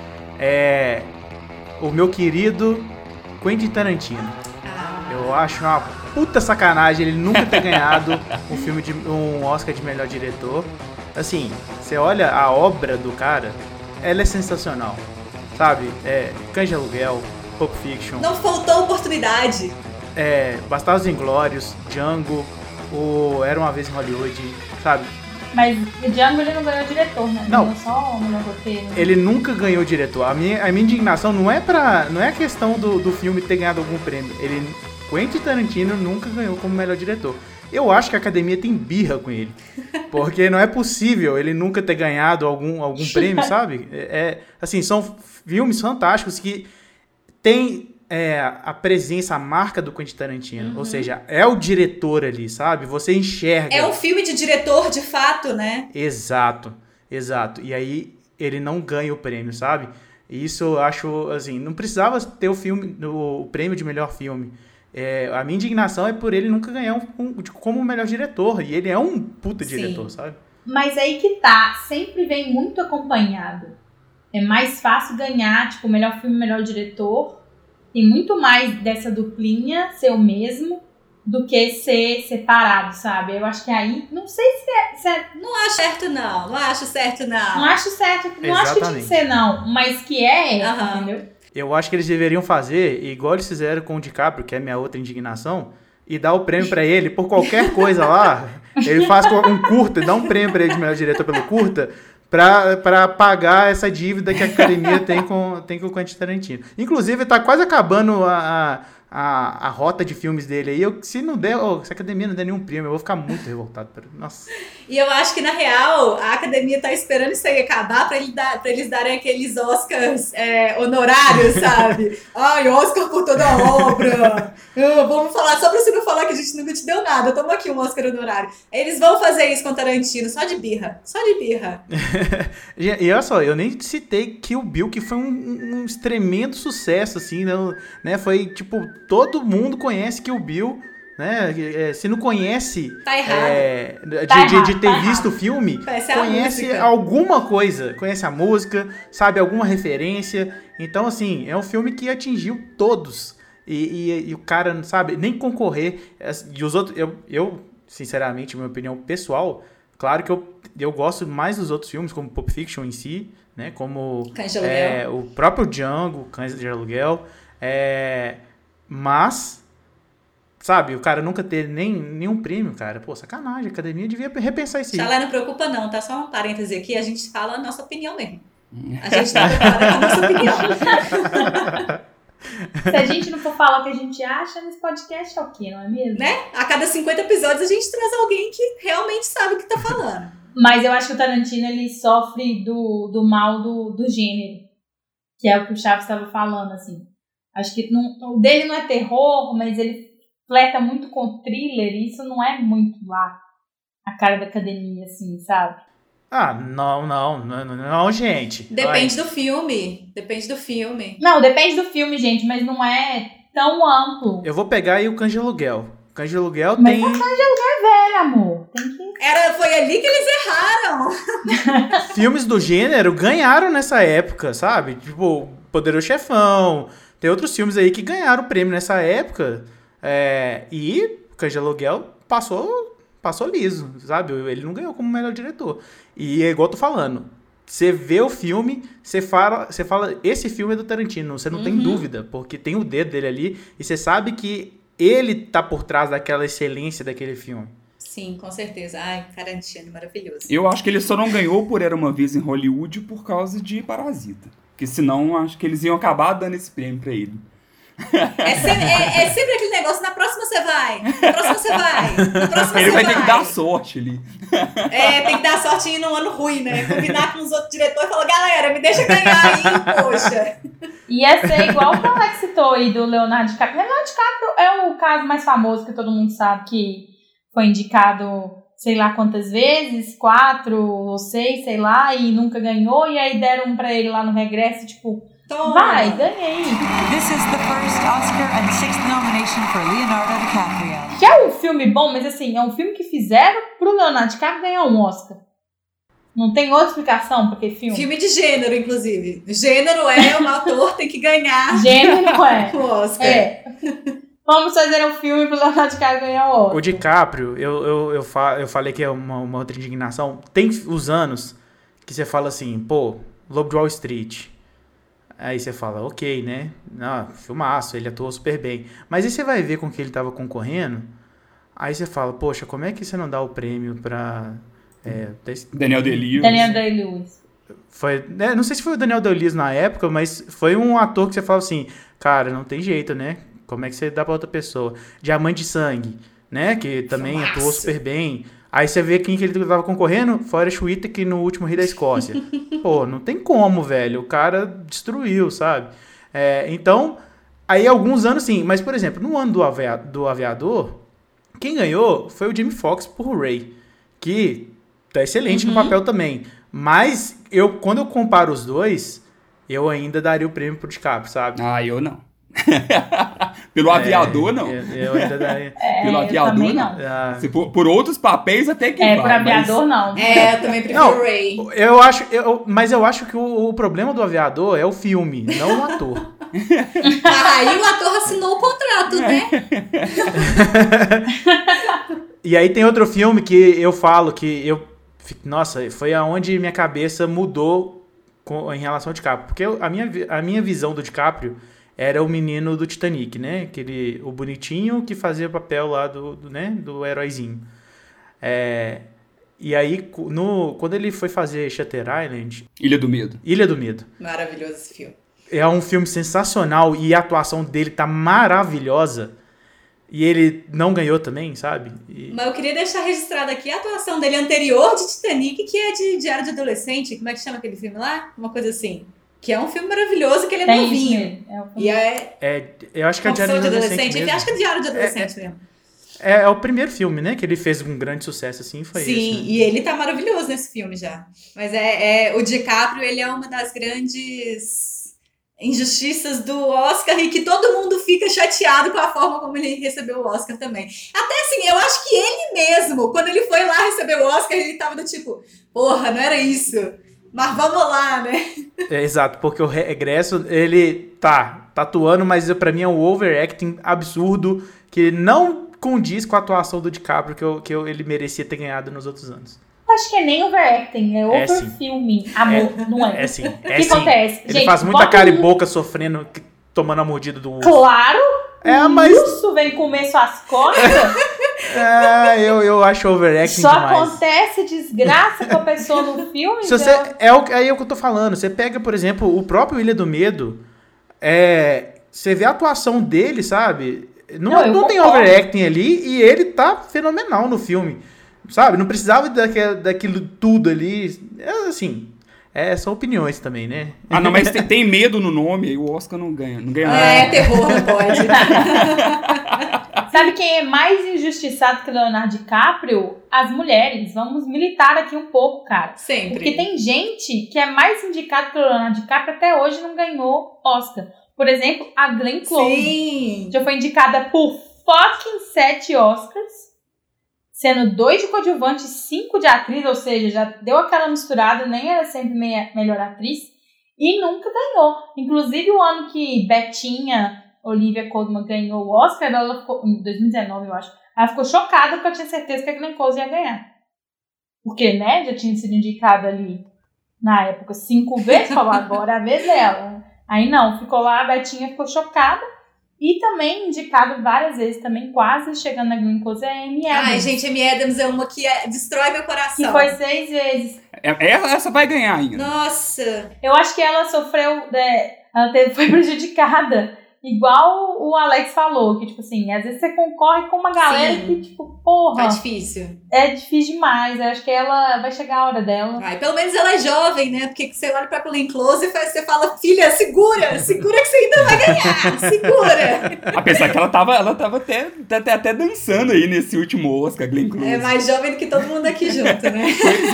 é o meu querido Quentin Tarantino. Ah. Eu acho uma puta sacanagem ele nunca ter ganhado um filme de um Oscar de melhor diretor. Assim, você olha a obra do cara, ela é sensacional, sabe? É, Cães de Aluguel, Pulp Fiction, Não faltou oportunidade. é, Bastardos Inglórios, Django, o Era Uma Vez em Hollywood, sabe? Mas o Django ele não ganhou diretor, né? Ele Não. ganhou só o melhor roteiro. Né? Ele nunca ganhou diretor. A minha, a minha indignação não é pra, não é a questão do, do filme ter ganhado algum prêmio. Ele, Quentin Tarantino nunca ganhou como melhor diretor. Eu acho que a academia tem birra com ele. Porque não é possível ele nunca ter ganhado algum, algum prêmio, sabe? É, é, assim, são filmes fantásticos que tem é, a presença, a marca do Quentin Tarantino. Uhum. Ou seja, é o diretor ali, sabe? Você enxerga. É um filme de diretor, de fato, né? Exato, exato. E aí ele não ganha o prêmio, sabe? E isso eu acho, assim, não precisava ter o filme, o, o prêmio de melhor filme. É, a minha indignação é por ele nunca ganhar um, um, como o melhor diretor. E ele é um puta Sim. diretor, sabe? Mas aí que tá, sempre vem muito acompanhado. É mais fácil ganhar, tipo, melhor filme, melhor diretor. Tem muito mais dessa duplinha ser o mesmo do que ser separado, sabe? Eu acho que aí, não sei se é, se é Não acho certo, não. Não acho certo, não. não acho certo, não acho que tinha que Exatamente. ser não, mas que é, Aham. entendeu? Eu acho que eles deveriam fazer igual eles fizeram com o DiCaprio, que é a minha outra indignação, e dar o prêmio pra ele por qualquer coisa lá. Ele faz um curta, dá um prêmio pra ele de melhor diretor pelo curta, pra, pra pagar essa dívida que a academia tem com, tem com o Quentin Tarantino. Inclusive, tá quase acabando a, a, a rota de filmes dele aí. Eu, se não der, oh, se a academia não der nenhum prêmio, eu vou ficar muito revoltado. Nossa. E eu acho que, na real, a academia tá esperando isso aí acabar pra, ele dar, pra eles darem aqueles Oscars é, honorários, sabe? Ai, Oscar por toda a obra. Ah, vamos falar, só pra você não falar que a gente nunca te deu nada. Toma aqui um Oscar honorário. Eles vão fazer isso com Tarantino, só de birra. Só de birra. E e olha só, eu nem citei Kill Bill, que foi um, um tremendo sucesso, assim, né? né? Foi, tipo, todo mundo conhece Kill Bill. né? É, se não conhece... Tá errado. É, de, Tá de, errado, de ter tá visto o errado. filme, Conhece a conhece música. alguma coisa. Conhece a música, sabe alguma referência. Então, assim, é um filme que atingiu todos. E, e, e o cara, sabe, nem concorrer. E os outros... Eu, eu, sinceramente, minha opinião pessoal, claro que eu, eu gosto mais dos outros filmes, como Pulp Fiction em si, né? Como Cães de Aluguel. é, o próprio Django, Cães de Aluguel. É, mas... Sabe, o cara nunca ter nem, nenhum prêmio, cara. Pô, sacanagem. A academia devia repensar isso aí. Xalé, não preocupa não, tá? Só um parêntese aqui, a gente fala a nossa opinião mesmo. A gente tá preparada com a nossa opinião. Se a gente não for falar o que a gente acha, nesse podcast é o quê, não é mesmo? Né? A cada cinquenta episódios a gente traz alguém que realmente sabe o que tá falando. Mas eu acho que o Tarantino, ele sofre do, do mal do, do gênero. Que é o que o Chaves estava falando, assim. Acho que não, o dele não é terror, mas ele flerta muito com thriller, e isso não é muito lá a cara da academia, assim, sabe? Ah, não, não, não, não, não, gente. Depende Vai. do filme. Depende do filme. Não, depende do filme, gente, mas não é tão amplo. Eu vou pegar aí o Cães de Aluguel. O Cães de Aluguel Mas tem... o Cães de Aluguel é velho, amor. Tem que... Era, foi ali que eles erraram. Filmes do gênero ganharam nessa época, sabe? Tipo, Poderoso Chefão. Tem outros filmes aí que ganharam prêmio nessa época. É, e o Cães de Aluguel passou, passou liso, sabe? Ele não ganhou como melhor diretor. E é igual eu tô falando. Você vê o filme, você fala, você fala, esse filme é do Tarantino. Você não Uhum. tem dúvida, porque tem o dedo dele ali. E você sabe que ele tá por trás daquela excelência daquele filme. Sim, com certeza. Ai, Tarantino, maravilhoso. Eu acho que ele só não ganhou por Era Uma Vez em Hollywood por causa de Parasita. Porque senão acho que eles iam acabar dando esse prêmio pra ele. É sempre, é, é sempre aquele negócio, na próxima você vai, na próxima você vai, na próxima Ele você vai vai. ter que dar sorte ali. É, tem que dar sorte em um ano ruim, né? Combinar com os outros diretores e falar, galera, me deixa ganhar aí, poxa. Ia ser igual o que o Alex citou aí do Leonardo DiCaprio. Leonardo DiCaprio é o caso mais famoso que todo mundo sabe, que foi indicado sei lá quantas vezes, quatro ou seis, sei lá, e nunca ganhou, e aí deram um pra ele lá no regresso, tipo, Toma. vai, ganhei. This is the first Oscar and sixth nomination for Leonardo DiCaprio. Que é um filme bom, mas assim, é um filme que fizeram pro Leonardo DiCaprio ganhar um Oscar. Não tem outra explicação pra aquele filme. Filme de gênero, inclusive. Gênero é, o ator tem que ganhar Gênero é. o Oscar. É. Vamos fazer um filme pro Leonardo DiCaprio ganhar o Oscar. O DiCaprio, eu, eu, eu, fa- eu falei que é uma, uma outra indignação. Tem os anos que você fala assim, pô, Lobo de Wall Street. Aí você fala, ok, né? Não, filmaço, ele atuou super bem. Mas aí você vai ver com que ele tava concorrendo, aí você fala, poxa, como é que você não dá o prêmio pra... É, Daniel Day-Lewis. Daniel Day-Lewis. Foi, né, não sei se foi o Daniel Day-Lewis na época, mas foi um ator que você fala assim, cara, não tem jeito, né? Como é que você dá pra outra pessoa? Diamante de Sangue, né? Que também Nossa. atuou super bem. Aí você vê quem que ele tava concorrendo, Forrest Whitaker no último Rei da Escócia. Pô, não tem como, velho. O cara destruiu, sabe? É, então, aí alguns anos sim. Mas, por exemplo, no ano do, avia- do Aviador, quem ganhou foi o Jamie Foxx por Ray. Que tá excelente Uhum. no papel também. Mas, eu, quando eu comparo os dois, eu ainda daria o prêmio pro DiCaprio, sabe? Ah, eu não. Pelo aviador, É, não. Eu, eu ainda daria... É, Pelo eu aviador, também não. não. Ah, Se por, por outros papéis até que É, vai, por aviador não. É, eu também prefiro Não, o Ray. eu acho, eu, mas eu acho que o, o problema do Aviador é o filme, não o ator. Ah, aí o ator assinou o contrato, né? E aí tem outro filme que eu falo que eu... Nossa, foi aonde minha cabeça mudou com, em relação ao DiCaprio. Porque eu- a, minha, vi- a minha visão do DiCaprio era o menino do Titanic, né? Aquele, o bonitinho que fazia papel lá do, do, né? do heróizinho. É, e aí, cu- no, quando ele foi fazer Shutter Island, Ilha do Medo. Ilha do Medo, Maravilhoso esse filme. é um filme sensacional e a atuação dele tá maravilhosa. E ele não ganhou também, sabe? E- Mas eu queria deixar registrado aqui a atuação dele anterior de Titanic, que é de Diário de Adolescente. Como é que chama aquele filme lá? Uma coisa assim. Que é um filme maravilhoso, que ele é Tem isso novinho. mesmo. É o filme. E é É, eu acho que é Diário Confissão de de Adolescente Adolescente. mesmo. Acho que é Diário de Adolescente mesmo. É, é o primeiro filme, né? Que ele fez um grande sucesso, assim, foi Sim, esse. Né? e ele tá maravilhoso nesse filme já. Mas é, é o DiCaprio, ele é uma das grandes injustiças do Oscar e que todo mundo fica chateado com a forma como ele recebeu o Oscar também. Até assim, eu acho que ele mesmo, quando ele foi lá receber o Oscar, ele tava do tipo, porra, não era isso. Mas vamos lá, né? É, exato, porque o regresso, ele tá, tá atuando, mas pra mim é um overacting absurdo que não condiz com a atuação do DiCaprio que, eu, que eu, ele merecia ter ganhado nos outros anos. Acho que é nem overacting, é overfilming. É, amor, é, não é? É sim. É o que sim. acontece? Ele Gente, faz muita bota cara um... e boca sofrendo, tomando a mordida do urso. Claro! É, o mas... urso vem comer suas costas. É, eu, eu acho overacting Só demais. acontece desgraça com a pessoa no filme. Se você, é, o, é o que eu tô falando. Você pega, por exemplo, o próprio Ilha do Medo. É, você vê a atuação dele, sabe? Não, Não, não tem concordo. overacting ali e ele tá fenomenal no filme. Sabe? Não precisava daquilo, daquilo tudo ali. É, assim, é, são opiniões também, né? Ah, não, mas tem, tem medo no nome, aí o Oscar não ganha. Não ganha É, nada. terror, não pode. Sabe quem é mais injustiçado que Leonardo DiCaprio? As mulheres. Vamos militar aqui um pouco, cara. Sempre. Porque tem gente que é mais indicado que o Leonardo DiCaprio até hoje não ganhou Oscar. Por exemplo, a Glenn Close. Sim. Já foi indicada por fucking sete Oscars, sendo dois de coadjuvante e cinco de atriz, ou seja, já deu aquela misturada, nem era sempre meia, melhor atriz, e nunca ganhou. Inclusive, o ano que Betinha Olivia Colman ganhou o Oscar, ela ficou, em dois mil e dezenove, eu acho, ela ficou chocada porque eu tinha certeza que a Glenn Close ia ganhar. Porque, né, já tinha sido indicada ali, na época, cinco vezes, falou, agora é a vez dela. Aí não, ficou lá, a Betinha ficou chocada. E também indicado várias vezes, também quase chegando na Glenn Close, é a Amy Adams. Ai, gente, Amy Adams é uma que é, destrói meu coração. Que foi seis vezes. É, essa vai ganhar ainda. Nossa. Eu acho que ela sofreu, né, ela teve, foi prejudicada. Igual o Alex falou, que tipo assim, às vezes você concorre com uma galera Sim. que tipo, porra, É difícil. é difícil demais. Eu acho que ela vai chegar a hora dela. Ai, pelo menos ela é jovem, né? Porque você olha pra Glenn Close e você fala, filha, segura, segura que você ainda vai ganhar, segura. Apesar que ela tava, ela tava até, até, até dançando aí nesse último Oscar, Glenn Close. É mais jovem do que todo mundo aqui junto, né? Pois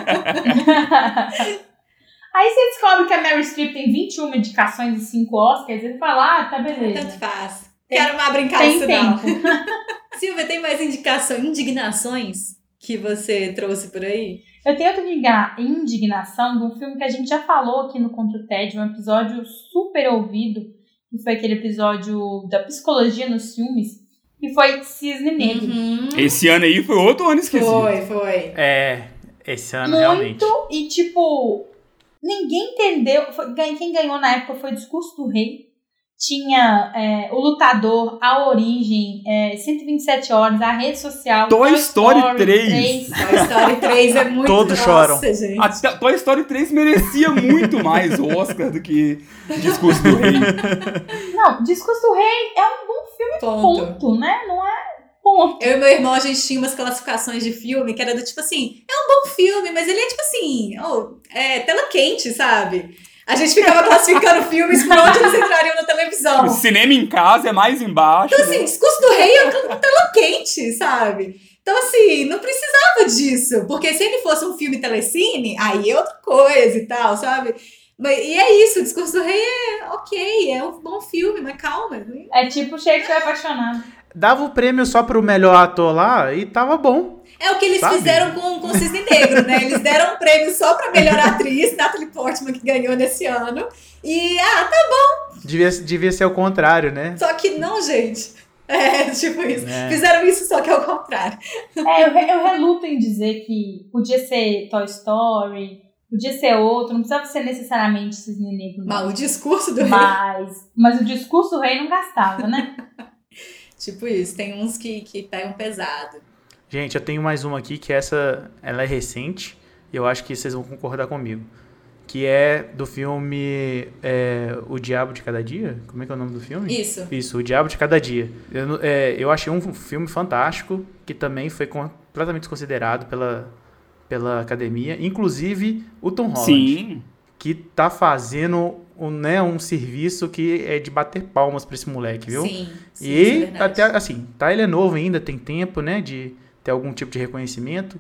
é. Aí você descobre que a Meryl Streep tem vinte e uma indicações e cinco Oscars, ele fala, ah, tá beleza. Tanto faz. Tem- Quero mais brincar tem isso tempo. não. Silvia, tem mais indicação, indignações que você trouxe por aí? Eu tenho outra indigna- indignação de um filme que a gente já falou aqui no Contra o Tédio, um episódio super ouvido, que foi aquele episódio da psicologia nos filmes, que foi Cisne Negro. Uhum. Esse ano aí foi outro ano esquisito. Foi, foi. É, esse ano realmente. Muito, e tipo, ninguém entendeu. Foi- gan- quem ganhou na época foi o Discurso do Rei. Tinha é, o Lutador, A Origem, é, cento e vinte e sete Horas, a rede social. Toy Story três. Toy Story três é muito... Todos choram. Nossa, gente. A Toy Story três merecia muito mais o Oscar do que Discurso do Rei. Não, Discurso do Rei é um bom filme, Ponto. ponto, né? Não é ponto. Eu e meu irmão, a gente tinha umas classificações de filme que era do tipo assim, é um bom filme, mas ele é tipo assim, oh, é tela quente, sabe? A gente ficava classificando filmes por onde eles entrariam na televisão. O cinema em casa é mais embaixo. Então, né? assim, Discurso do Rei é uma tela quente, sabe? Então, assim, não precisava disso. Porque se ele fosse um filme telecine, aí é outra coisa e tal, sabe? Mas, e é isso, o Discurso do Rei é ok, é um bom filme, mas calma. né? É tipo Shakespeare apaixonado. Dava o prêmio só pro melhor ator lá e tava bom. É o que eles Sabe? fizeram com, com o Cisne Negro, né? Eles deram um prêmio só pra melhor atriz, Natalie Portman, que ganhou nesse ano. E, ah, tá bom. Devia, devia ser o contrário, né? Só que não, gente. É, tipo isso. É. Fizeram isso, só que é o contrário. É, eu, re- eu reluto em dizer que podia ser Toy Story, podia ser outro, não precisava ser necessariamente Cisne Negro. não. Mas o discurso do rei. Mas, mas o Discurso do Rei não gastava, né? Tipo isso, tem uns que, que pegam pesado. Gente, eu tenho mais uma aqui que essa ela é recente e eu acho que vocês vão concordar comigo. Que é do filme é, O Diabo de Cada Dia? Como é que é o nome do filme? Isso. Isso, O Diabo de Cada Dia. Eu, não- é, eu achei um filme fantástico que também foi completamente desconsiderado pela, pela academia. Inclusive o Tom Holland. Sim. Que tá fazendo um, né, um serviço que é de bater palmas pra esse moleque, viu? Sim, sim, isso é E verdade. até assim, tá, ele é novo ainda, tem tempo, né, de ter algum tipo de reconhecimento,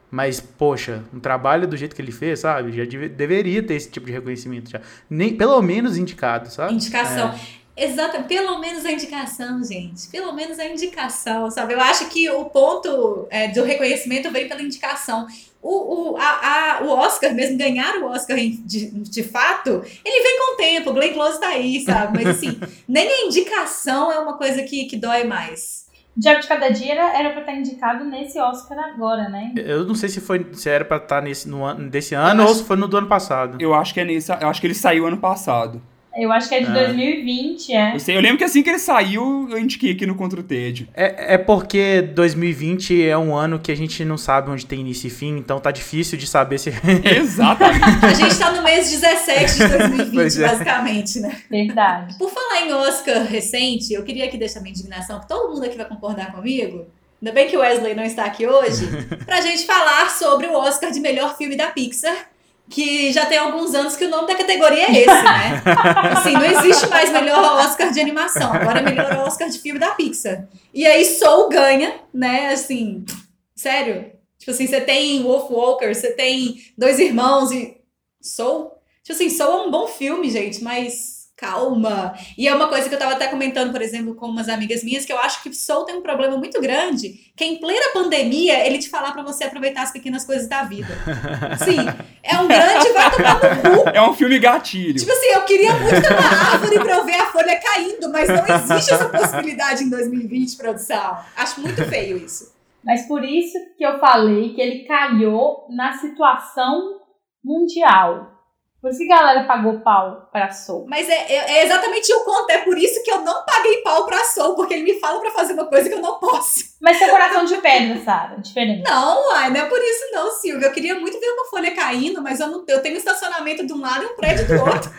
Mas, poxa, um trabalho do jeito que ele fez, sabe? Já deve, deveria ter esse tipo de reconhecimento já. Nem, pelo menos indicado, sabe? Indicação. É. Exato, pelo menos a indicação, gente. Pelo menos a indicação, sabe? Eu acho que o ponto é, do reconhecimento veio pela indicação. O, o, a, a, o Oscar, mesmo ganhar o Oscar de, de fato, ele vem com o tempo. O Glenn Close tá aí, sabe? Mas assim, nem a indicação é uma coisa que, que dói mais. Diabo de Cada Dia era, era pra estar indicado nesse Oscar agora, né? Eu não sei se, foi, se era pra estar nesse, no ano, desse ano ou se foi no do ano passado. Eu acho que é nesse. Eu acho que ele saiu ano passado. Eu acho que é de é. dois mil e vinte, é. Eu, sei, eu lembro que assim que ele saiu, eu indiquei aqui no Contra o Tédio. É, é porque dois mil e vinte é um ano que a gente não sabe onde tem início e fim, então tá difícil de saber se... Exatamente. A gente tá no mês dezessete de dois mil e vinte, é. basicamente, né? Verdade. Por falar em Oscar recente, eu queria aqui deixar minha indignação, que todo mundo aqui vai concordar comigo, ainda bem que o Wesley não está aqui hoje, pra gente falar sobre o Oscar de melhor filme da Pixar, que já tem alguns anos que o nome da categoria é esse, né? Assim, não existe mais melhor Oscar de animação, agora é melhor Oscar de filme da Pixar. E aí Soul ganha, né? Assim, sério. Tipo assim, você tem Wolf Walker, você tem Dois Irmãos e Soul. Tipo assim, Soul é um bom filme, gente, mas calma. E é uma coisa que eu tava até comentando, por exemplo, com umas amigas minhas, que eu acho que Soul tem um problema muito grande, que em plena pandemia, ele te falar pra você aproveitar as pequenas coisas da vida. Sim, é um grande vai tomar no cu. É um filme gatilho. Tipo assim, eu queria muito ter uma árvore pra eu ver a folha caindo, mas não existe essa possibilidade em dois mil e vinte, produção. Acho muito feio isso. Mas por isso que eu falei que ele calhou na situação mundial. Por isso que a galera pagou pau pra Soul. Mas é, é, é exatamente o conto. É por isso que eu não paguei pau pra Soul, porque ele me fala pra fazer uma coisa que eu não posso. Mas seu coração de pedra, Sarah, diferente. Não, ai, não é por isso não, Silvia. Eu queria muito ver uma folha caindo, mas eu, não, eu tenho um estacionamento de um lado e um prédio do outro.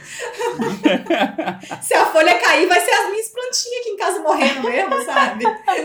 Se a folha cair, vai ser as minhas plantinhas aqui em casa morrendo mesmo, sabe?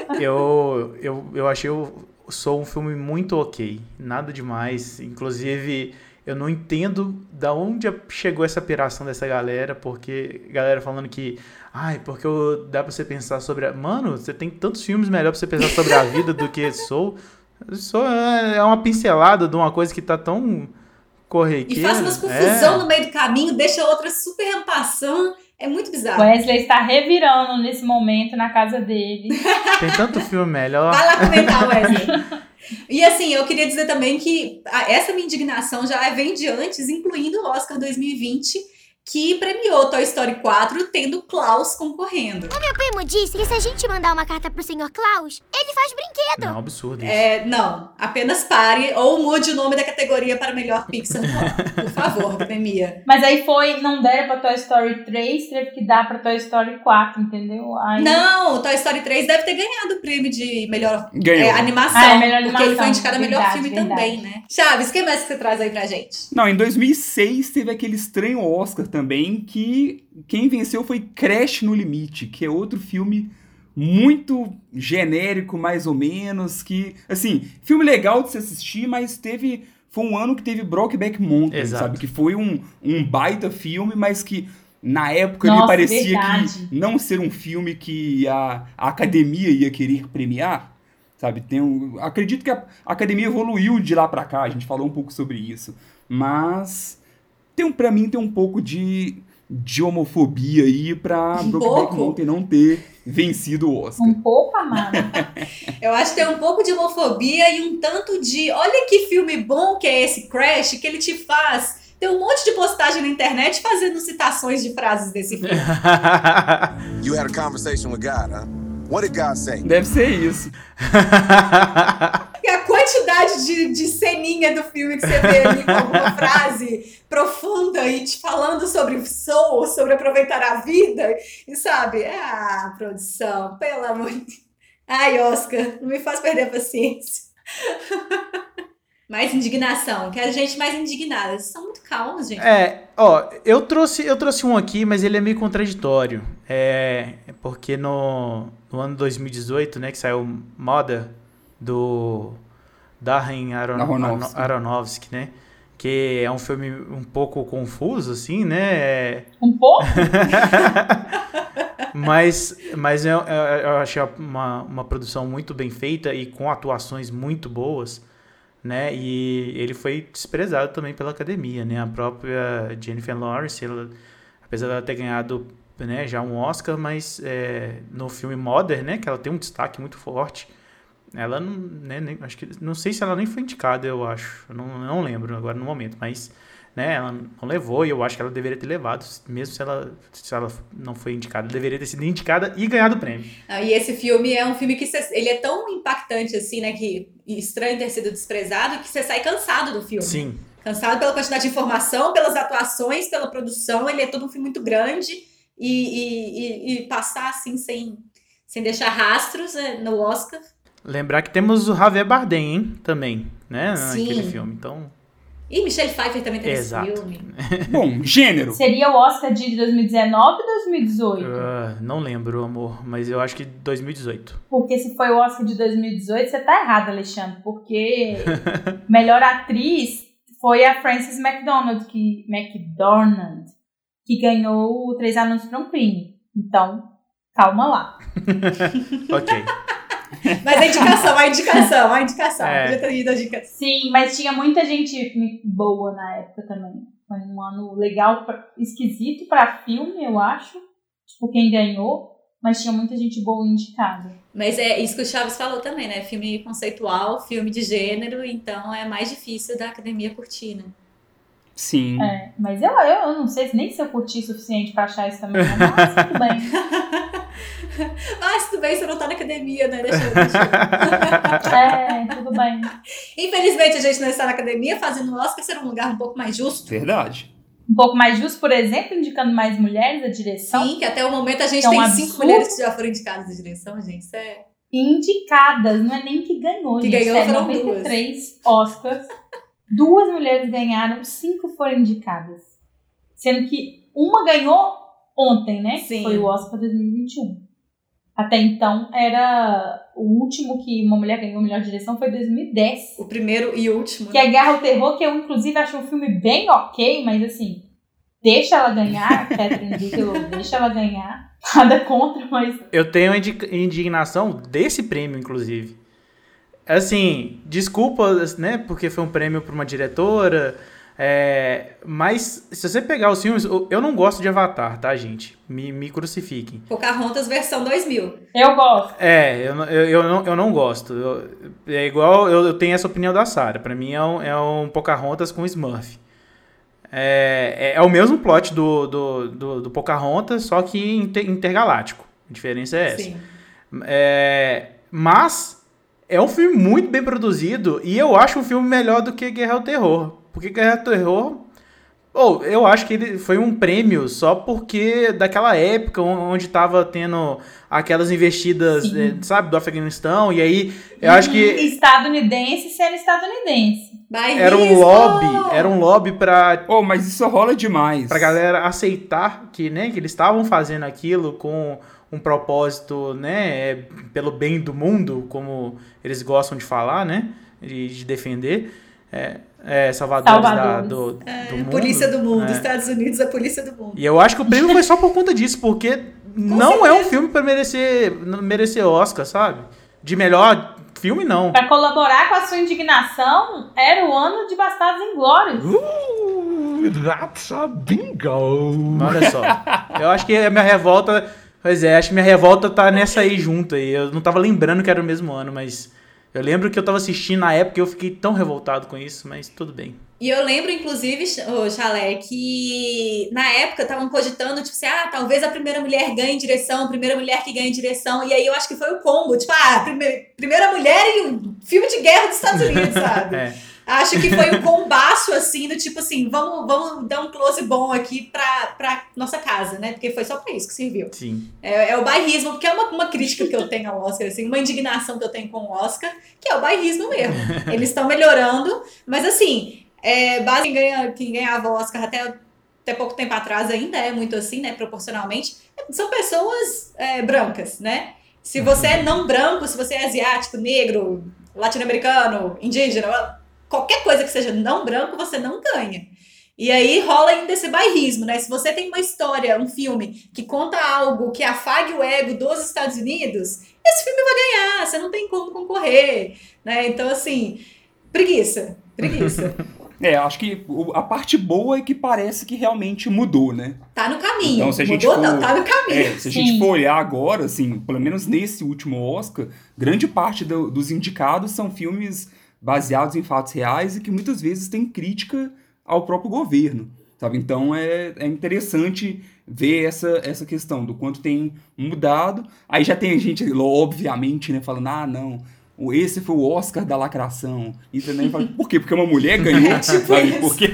Eu, eu, eu achei o Soul um filme muito ok. Nada demais. Inclusive... Eu não entendo da onde chegou essa piração dessa galera, porque galera falando que, ai, porque eu, dá pra você pensar sobre a... Mano, você tem tantos filmes melhor pra você pensar sobre a vida do que Soul. Soul é uma pincelada de uma coisa que tá tão corriqueira. E faz umas confusão é. no meio do caminho, deixa outras super en passant. É muito bizarro. Wesley está revirando nesse momento na casa dele. Tem tanto filme melhor. Vai lá comentar, Wesley. E assim, eu queria dizer também que essa minha indignação já vem de antes, incluindo o Oscar dois mil e vinte, que premiou Toy Story quatro, tendo Klaus concorrendo. O meu primo disse que se a gente mandar uma carta pro senhor Klaus, ele faz brinquedo. Não, absurdo isso. É, não, apenas pare ou mude o nome da categoria para melhor Pixar. Por favor, pandemia. Mas aí foi, não deram pra Toy Story três, teve que dar pra Toy Story quatro, entendeu? Aí... Não, Toy Story três deve ter ganhado o prêmio de melhor é, animação. Ah, é melhor animação. Porque ele foi indicado a melhor verdade, filme verdade. também, né? Chaves, o que mais que você traz aí pra gente? Não, em dois mil e seis teve aquele estranho Oscar também, que quem venceu foi Crash no Limite, que é outro filme muito genérico, mais ou menos, que, assim, filme legal de se assistir, mas teve, foi um ano que teve Brokeback Mountain, Exato. sabe, que foi um, um baita filme, mas que na época Nossa, ele parecia verdade. que não ser um filme que a, a academia ia querer premiar, sabe, tem um, acredito que a, a academia evoluiu de lá pra cá, a gente falou um pouco sobre isso, mas tem, pra mim tem um pouco de de homofobia aí pra Um Brokeback pouco? Mountain não ter vencido o Oscar. Um pouco, amado. Eu acho que tem um pouco de homofobia e um tanto de... Olha que filme bom que é esse Crash, que ele te faz... Tem um monte de postagem na internet fazendo citações de frases desse filme. You had a conversation with God, huh? What did God say? Deve ser isso. E a quantidade de, de ceninha do filme que você vê ali com alguma frase profunda e te falando sobre o soul, sobre aproveitar a vida, e sabe? Ah, produção, pelo amor de Deus. Ai, Oscar, não me faz perder a paciência. Mais indignação, quero gente mais indignada. Vocês são muito calmos, gente. É, ó, eu trouxe, eu trouxe um aqui, mas ele é meio contraditório. É, porque no, no ano dois mil e dezoito, né, que saiu Mother, do Darren Aron- Aronofsky. Aronofsky, né? Que é um filme um pouco confuso, assim, né? Um pouco? mas mas eu, eu, eu achei uma, uma produção muito bem feita e com atuações muito boas. né? E ele foi desprezado também pela academia, né? A própria Jennifer Lawrence, ela, apesar dela ter ganhado, né, já um Oscar, mas é, no filme Mother, né, que ela tem um destaque muito forte, ela não, né, nem, acho que, não sei se ela nem foi indicada, eu acho, eu não, não lembro agora no momento, mas, né, ela não levou, e eu acho que ela deveria ter levado, mesmo se ela, se ela não foi indicada, ela deveria ter sido indicada e ganhado o prêmio. Ah, e esse filme é um filme que cê, ele é tão impactante assim, né, que estranho ter sido desprezado, que você sai cansado do filme. Sim. Cansado pela quantidade de informação, pelas atuações, pela produção, ele é todo um filme muito grande, e, e, e, e passar assim, sem, sem deixar rastros, né, no Oscar. Lembrar que temos o Javier Bardem, hein, também, né, Sim. naquele filme, então... E Michelle Pfeiffer também tem esse filme. Bom, gênero. Seria o Oscar de dois mil e dezenove ou dois mil e dezoito? Uh, não lembro, amor, mas eu acho que dois mil e dezoito. Porque se foi o Oscar de dois mil e dezoito, você tá errado, Alexandre, porque melhor atriz foi a Frances McDormand, que, McDormand, que ganhou Três Anúncios para um Crime. Então, calma lá. Ok. Mas a indicação, a indicação, a indicação. É. Já ter ido a indicação. Sim, mas tinha muita gente boa na época também. Foi um ano legal, pra, esquisito pra filme, eu acho. Tipo, quem ganhou, mas tinha muita gente boa indicada. Mas é isso que o Chaves falou também, né? Filme conceitual, filme de gênero, então é mais difícil da academia curtir, né? Sim. É, mas eu, eu, eu não sei nem se eu curti o suficiente pra achar isso também, mas tudo bem. Mas tudo bem, você não tá na academia, né? Deixa eu, deixa eu. É, tudo bem. Infelizmente a gente não está na academia, fazendo o Oscar ser um lugar um pouco mais justo. Verdade. Um pouco mais justo, por exemplo, indicando mais mulheres a direção. Sim, que até o momento a gente é um tem absurdo. cinco mulheres que já foram indicadas à direção, gente. Isso é... Indicadas, não é nem que ganhou, Que gente. ganhou é foram noventa e três Oscars. Duas mulheres ganharam, cinco foram indicadas. Sendo que uma ganhou ontem, né? Sim. Foi o Oscar dois mil e vinte e um. Até então, era o último que uma mulher ganhou melhor direção foi dois mil e dez. O primeiro e último. Que é Guerra ao Terror, que eu, inclusive, acho um filme bem ok, mas, assim, deixa ela ganhar, Catherine Bigelow, deixa ela ganhar. Nada contra, mas... Eu tenho indignação desse prêmio, inclusive. Assim, desculpa, né, porque foi um prêmio para uma diretora, é, mas se você pegar os filmes, eu não gosto de Avatar, tá, gente? Me, me crucifiquem. Pocahontas versão dois mil. Eu gosto. É, eu, eu, eu, não, eu não gosto. Eu, é igual, eu, eu tenho essa opinião da Sarah. Pra mim é um, é um Pocahontas com Smurf. É, é, é o mesmo plot do, do, do, do Pocahontas, só que inter, intergaláctico. A diferença é essa. Sim. É, mas... é um filme muito bem produzido e eu acho um filme melhor do que Guerra ao Terror. Porque Guerra ao Terror... Oh, eu acho que ele foi um prêmio só porque daquela época onde tava tendo aquelas investidas, eh, sabe, do Afeganistão. E aí, eu Uhum. acho que... Estadunidense sendo estadunidense. Era um lobby, era um lobby pra... Oh, mas isso rola demais. Pra galera aceitar que, né, que eles estavam fazendo aquilo com... um propósito, né, pelo bem do mundo, como eles gostam de falar, né, de, de defender, é, é, salvadores, Salvadores. Da, do, É, do mundo. polícia do mundo, É. Estados Unidos, a polícia do mundo. E eu acho que o prêmio foi só por conta disso, porque não certeza. é um filme pra merecer, merecer Oscar, sabe? De melhor filme, não. Pra colaborar com a sua indignação, era o ano de Bastardos Inglórios. Ooh, that's a bingo. Olha só, eu acho que a minha revolta... Pois é, acho que minha revolta tá nessa aí junto aí. Eu não tava lembrando que era o mesmo ano, mas... eu lembro que eu tava assistindo na época e eu fiquei tão revoltado com isso, mas tudo bem. E eu lembro, inclusive, ô, Chalé, que na época estavam cogitando, tipo assim, ah, talvez a primeira mulher ganhe direção, a primeira mulher que ganhe direção. E aí eu acho que foi o combo, tipo, ah, prime- primeira mulher e um filme de guerra dos Estados Unidos, sabe? É. Acho que foi um combaço, assim, do tipo assim, vamos, vamos dar um close bom aqui pra, pra nossa casa, né? Porque foi só pra isso que serviu. Sim. É, é o bairrismo, porque é uma, uma crítica que eu tenho ao Oscar, assim, uma indignação que eu tenho com o Oscar, que é o bairrismo mesmo. Eles estão melhorando, mas assim, é, base, quem, ganha, quem ganhava o Oscar até, até pouco tempo atrás ainda é muito assim, né, proporcionalmente, são pessoas é, brancas, né? Se você é não branco, se você é asiático, negro, latino-americano, indígena, qualquer coisa que seja não branco, você não ganha. E aí rola ainda esse bairrismo, né? Se você tem uma história, um filme que conta algo que afague o ego dos Estados Unidos, esse filme vai ganhar, você não tem como concorrer, né? Então, assim, Preguiça, preguiça. É, acho que a parte boa é que parece que realmente mudou, né? Tá no caminho. Então, se a gente Mudou for, não, tá no caminho. É, se a gente for olhar agora, assim, pelo menos nesse último Oscar, grande parte do, dos indicados são filmes baseados em fatos reais e que muitas vezes têm crítica ao próprio governo, sabe? Então é, é interessante ver essa, essa questão do quanto tem mudado. Aí já tem gente, obviamente, né, falando, ah, não... Esse foi o Oscar da lacração. Entendeu? Por quê? Porque uma mulher ganhou, É, tipo sabe? isso. Porque,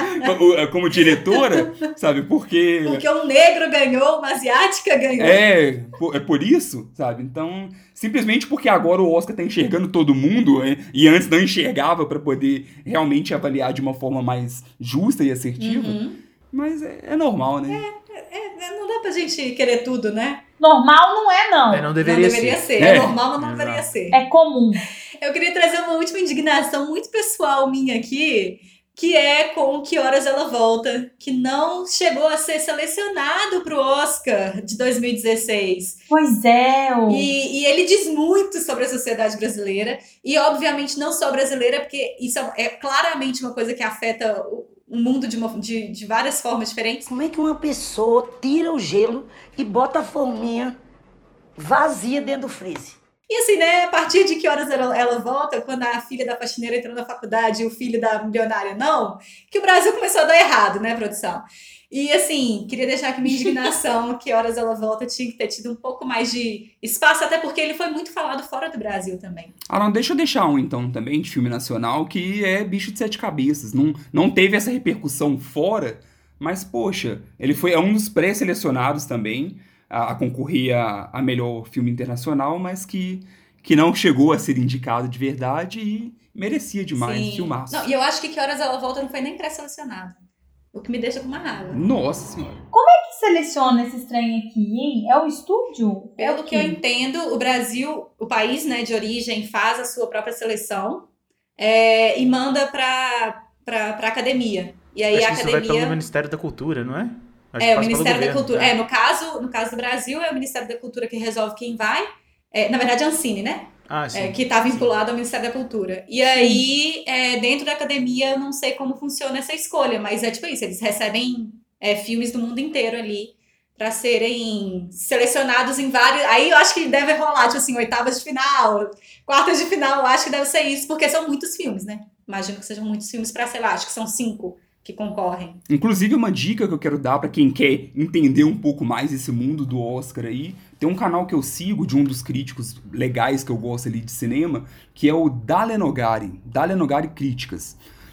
como diretora, sabe? Porque... Porque um negro ganhou, uma asiática ganhou. É, é por isso, sabe? Então, simplesmente porque agora o Oscar tá enxergando todo mundo, né? E antes não enxergava para poder realmente avaliar de uma forma mais justa e assertiva. Uhum. Mas é, é normal, né? É, é, não dá pra gente querer tudo, né? Normal não é, não. É, não deveria, não deveria ser. ser. É, É. normal, mas não Exato. deveria ser. É comum. Eu queria trazer uma última indignação muito pessoal minha aqui, que é com Que Horas Ela Volta, que não chegou a ser selecionado pro Oscar de dois mil e dezesseis. Pois é. O... E, e ele diz muito sobre a sociedade brasileira, e obviamente não só brasileira, porque isso é, é claramente uma coisa que afeta o, o mundo de, uma, de, de várias formas diferentes. Como é que uma pessoa tira o gelo e bota a forminha vazia dentro do freezer? E assim, né, a partir de Que Horas ela, ela volta, quando a filha da faxineira entrou na faculdade e o filho da milionária não, que o Brasil começou a dar errado, né, produção? E assim, queria deixar aqui minha indignação, Que Horas Ela Volta tinha que ter tido um pouco mais de espaço, até porque ele foi muito falado fora do Brasil também. Ah, não, deixa eu deixar um, então, também, de filme nacional, que é Bicho de Sete Cabeças. Não, não teve essa repercussão fora, mas, poxa, ele foi é um dos pré-selecionados também a, a concorrer a, a melhor filme internacional, mas que, que não chegou a ser indicado de verdade e merecia demais, Sim. filmaço. Não, e eu acho que Que Horas Ela Volta não foi nem pré-selecionado. O que me deixa com uma raiva. Nossa senhora. Como é que seleciona esse trem aqui, hein? É o estúdio? É Pelo o que eu quê? entendo, o Brasil, o país, né, de origem, faz a sua própria seleção é, e manda pra, pra, pra academia. E aí Acho a que isso academia... vai pelo Ministério da Cultura, não é? Acho É, que o passa pelo Ministério da governo, Cultura. né? É, no caso, no caso do Brasil, é o Ministério da Cultura que resolve quem vai. É, na verdade, a Ancine, né? Ah, sim. É, que está vinculado ao Ministério da Cultura. E aí, é, dentro da academia, eu não sei como funciona essa escolha, mas é tipo isso, eles recebem é, filmes do mundo inteiro ali para serem selecionados em vários... Aí eu acho que deve rolar, tipo assim, oitavas de final, quartas de final, eu acho que deve ser isso, porque são muitos filmes, né? Imagino que sejam muitos filmes para, sei lá, acho que são cinco que concorrem. Inclusive, uma dica que eu quero dar pra quem quer entender um pouco mais esse mundo do Oscar aí, tem um canal que eu sigo de um dos críticos legais que eu gosto ali de cinema, que é o Dalia Nogari, Dalia Nogari Críticas.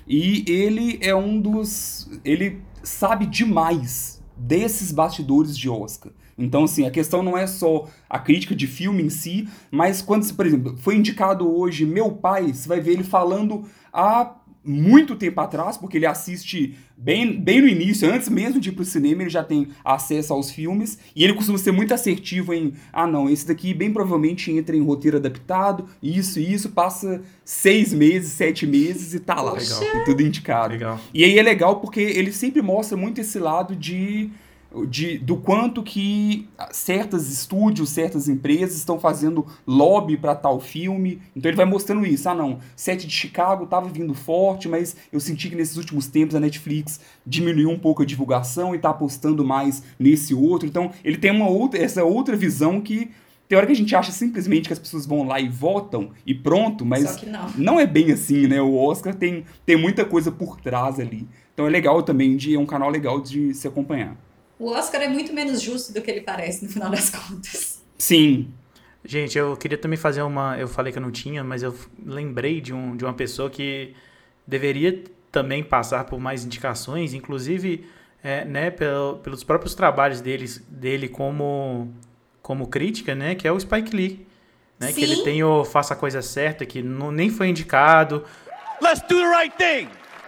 E ele é um dos... ele sabe demais desses bastidores de Oscar. Então, assim, a questão não é só a crítica de filme em si, mas quando, por exemplo, foi indicado hoje Meu Pai, você vai ver ele falando a... muito tempo atrás, porque ele assiste bem, bem no início, antes mesmo de ir pro cinema, ele já tem acesso aos filmes, e ele costuma ser muito assertivo em, ah não, esse daqui bem provavelmente entra em roteiro adaptado, isso e isso, passa seis meses, sete meses e tá lá, Legal. e tudo indicado. Legal. E aí é legal porque ele sempre mostra muito esse lado de... De, do quanto que certos estúdios, certas empresas estão fazendo lobby para tal filme. Então ele vai mostrando isso. Ah, não, Sete de Chicago tava vindo forte, mas eu senti que nesses últimos tempos a Netflix diminuiu um pouco a divulgação e tá apostando mais nesse outro. Então ele tem uma outra, essa outra visão que tem hora que a gente acha simplesmente que as pessoas vão lá e votam e pronto, mas Só que não. não é bem assim, né? O Oscar tem, tem muita coisa por trás ali. Então é legal também, de, é um canal legal de se acompanhar. O Oscar é muito menos justo do que ele parece, no final das contas. Sim. Gente, eu queria também fazer uma... Eu falei que eu não tinha, mas eu lembrei de, um, de uma pessoa que deveria também passar por mais indicações, inclusive é, né, pelo, pelos próprios trabalhos deles, dele como, como crítica, né, que é o Spike Lee. Né, que ele tem o Faça a Coisa Certa, que não, nem foi indicado. Let's do the right thing!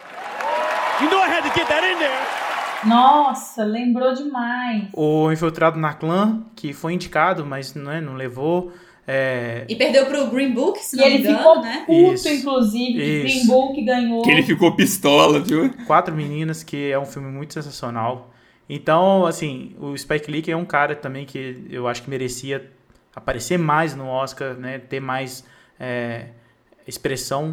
You know I had to get that in there! Nossa, lembrou demais. O Infiltrado na Clã, que foi indicado, mas né, não levou. É... E perdeu pro Green Book, se E não me ele engano, ficou né? puto, Isso. inclusive, que Isso. Green Book ganhou. Que ele ficou pistola, viu? Quatro Meninas, que é um filme muito sensacional. Então, assim, o Spike Lee que é um cara também que eu acho que merecia aparecer mais no Oscar, né? Ter mais é, expressão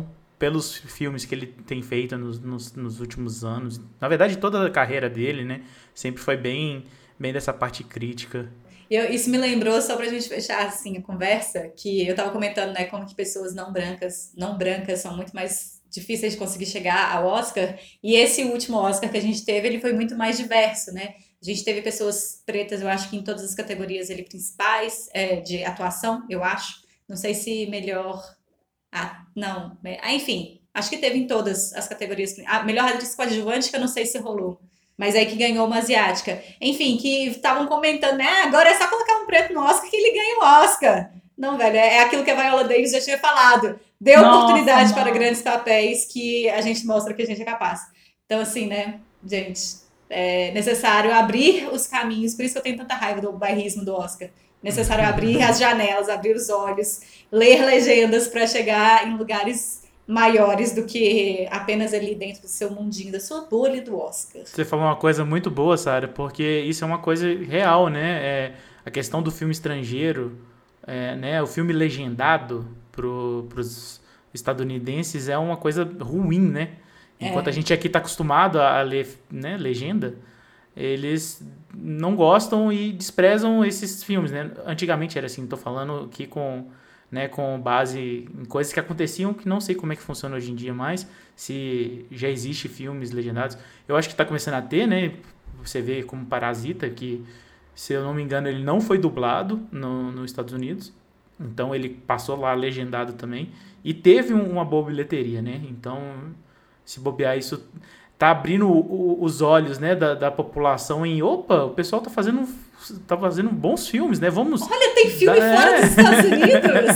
pelos filmes que ele tem feito nos, nos, nos últimos anos. Na verdade, toda a carreira dele, né? Sempre foi bem, bem dessa parte crítica. Eu, isso me lembrou, só pra gente fechar assim a conversa, que eu tava comentando, né, como que pessoas não brancas, não brancas são muito mais difíceis de conseguir chegar ao Oscar, e esse último Oscar que a gente teve, ele foi muito mais diverso, né? A gente teve pessoas pretas, eu acho que em todas as categorias ele, principais, é, de atuação, eu acho. Não sei se melhor... Ah, não. Ah, enfim, acho que teve em todas as categorias. A melhor atriz coadjuvante, que eu não sei se rolou. Mas aí que ganhou uma asiática. Enfim, que estavam comentando, né? Ah, agora é só colocar um preto no Oscar que ele ganha o Oscar. Não, velho, é aquilo que a Viola Davis já tinha falado. Dê oportunidade nossa. Para grandes papéis que a gente mostra que a gente é capaz. Então, assim, né, gente, é necessário abrir os caminhos. Por isso que eu tenho tanta raiva do bairrismo do Oscar. Necessário abrir as janelas, abrir os olhos, ler legendas para chegar em lugares maiores do que apenas ali dentro do seu mundinho, da sua bolha do Oscar. Você falou uma coisa muito boa, Sarah, porque isso é uma coisa real, né? É, a questão do filme estrangeiro, é, né? O filme legendado para os estadunidenses é uma coisa ruim, né? Enquanto é. a gente aqui está acostumado a ler, né, legenda, eles não gostam e desprezam esses filmes, né? Antigamente era assim, tô falando aqui com, né, com base em coisas que aconteciam, que não sei como é que funciona hoje em dia mais, se já existe filmes legendados. Eu acho que tá começando a ter, né? Você vê como Parasita, que, se eu não me engano, ele não foi dublado no, nos Estados Unidos, então ele passou lá legendado também, e teve uma boa bilheteria, né? Então, se bobear isso... tá abrindo o, o, os olhos, né, da, da população em, opa, o pessoal tá fazendo, tá fazendo bons filmes, né, vamos... Olha, tem filme da... fora dos Estados Unidos!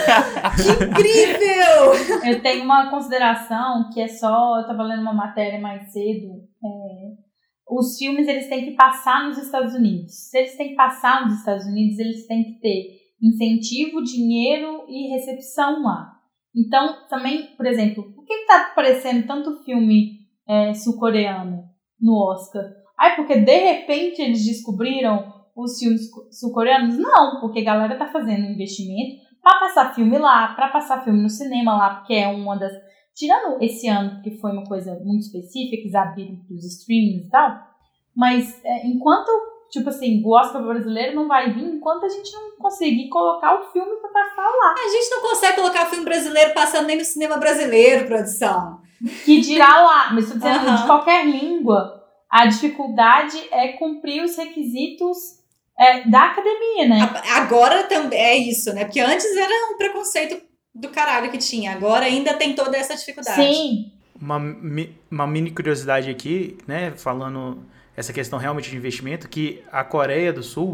Que incrível! Eu tenho uma consideração que é só, eu tava lendo uma matéria mais cedo, é, os filmes, eles têm que passar nos Estados Unidos. Se eles têm que passar nos Estados Unidos, eles têm que ter incentivo, dinheiro e recepção lá. Então, também, por exemplo, por que tá aparecendo tanto filme É, sul-coreano no Oscar? Ai, porque de repente eles descobriram os filmes sul-coreanos? Não, porque a galera tá fazendo um investimento pra passar filme lá, pra passar filme no cinema lá, porque é uma das... Tirando esse ano, porque foi uma coisa muito específica, que eles abriram pros streamings e tal, mas é, enquanto, tipo assim, o Oscar brasileiro não vai vir enquanto a gente não conseguir colocar o filme pra passar lá. A gente não consegue colocar filme brasileiro passando nem no cinema brasileiro, produção. Que dirá lá, mas estou dizendo, uhum. de qualquer língua, a dificuldade é cumprir os requisitos é, da academia, né? Agora também é isso, né? Porque antes era um preconceito do caralho que tinha, agora ainda tem toda essa dificuldade. Sim. Uma, uma mini curiosidade aqui, né? Falando essa questão realmente de investimento, que a Coreia do Sul,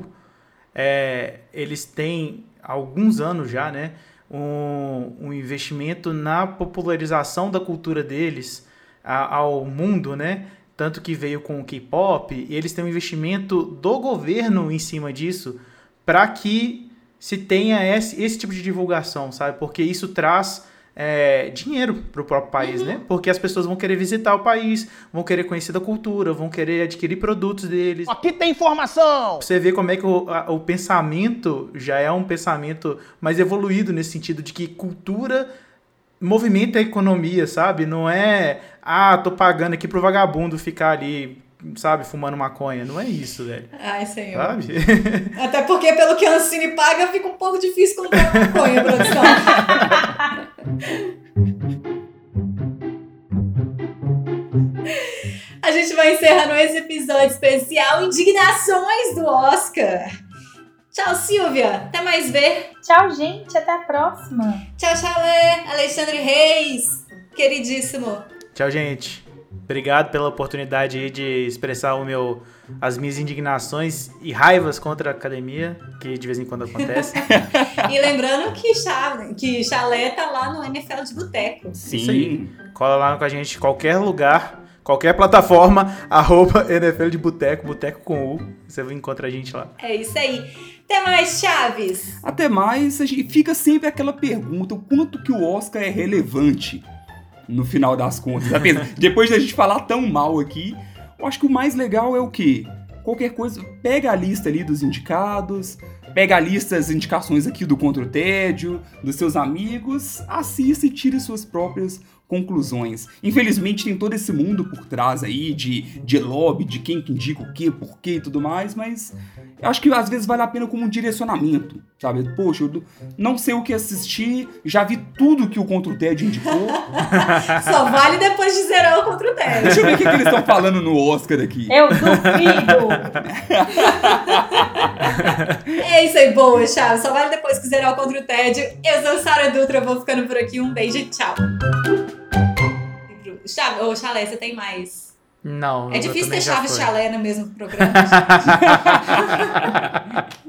é, eles têm há alguns anos já, né? Um, um investimento na popularização da cultura deles a, ao mundo, né? Tanto que veio com o K-pop, e eles têm um investimento do governo em cima disso para que se tenha esse, esse tipo de divulgação, sabe? Porque isso traz é, dinheiro para o próprio país, uhum. né? Porque as pessoas vão querer visitar o país, vão querer conhecer da cultura, vão querer adquirir produtos deles. Aqui tem informação! Você vê como é que o, a, o pensamento já é um pensamento mais evoluído nesse sentido de que cultura movimenta a economia, sabe? Não é, ah, tô pagando aqui pro vagabundo ficar ali, sabe, fumando maconha. Não é isso, velho. Ai, senhor. Sabe? Até porque, pelo que a Ancine paga, fica um pouco difícil comprar maconha, produção. A gente vai encerrando esse episódio especial Indignações do Oscar. Tchau, Silvia. Até mais ver. Tchau, gente. Até a próxima. Tchau, Chalé. Alexandre Reis. Queridíssimo. Tchau, gente. Obrigado pela oportunidade aí de expressar o meu, as minhas indignações e raivas contra a academia, que de vez em quando acontece. E lembrando que, Chá, que Chalé tá lá no N F L de Boteco. Sim. Isso aí. Cola lá com a gente em qualquer lugar, qualquer plataforma, arroba N F L de Boteco, Boteco com U. Você encontra a gente lá. É isso aí. Até mais, Chaves. Até mais. Fica sempre aquela pergunta, o quanto que o Oscar é relevante no final das contas. Depois da gente falar tão mal aqui, eu acho que o mais legal é o quê? Qualquer coisa, pega a lista ali dos indicados, pega a lista, as indicações aqui do Contra o Tédio, dos seus amigos, assista e tire suas próprias conclusões. Infelizmente tem todo esse mundo por trás aí de, de lobby, de quem que indica o quê, por quê e tudo mais, mas eu acho que às vezes vale a pena como um direcionamento, sabe? Poxa, eu não sei o que assistir, já vi tudo que o Contra o Tédio indicou. Só vale depois de zerar o Contra o Tédio. Deixa eu ver o que, que eles estão falando no Oscar aqui. Eu duvido! É isso aí, boa, Chaves. Só vale depois que zerar o Contra o Tédio. Eu sou Sara Dutra, vou ficando por aqui. Um beijo e tchau. Chaves, ô, Chalé, você tem mais? Não. É difícil ter já Chaves foi. Chalé no mesmo programa.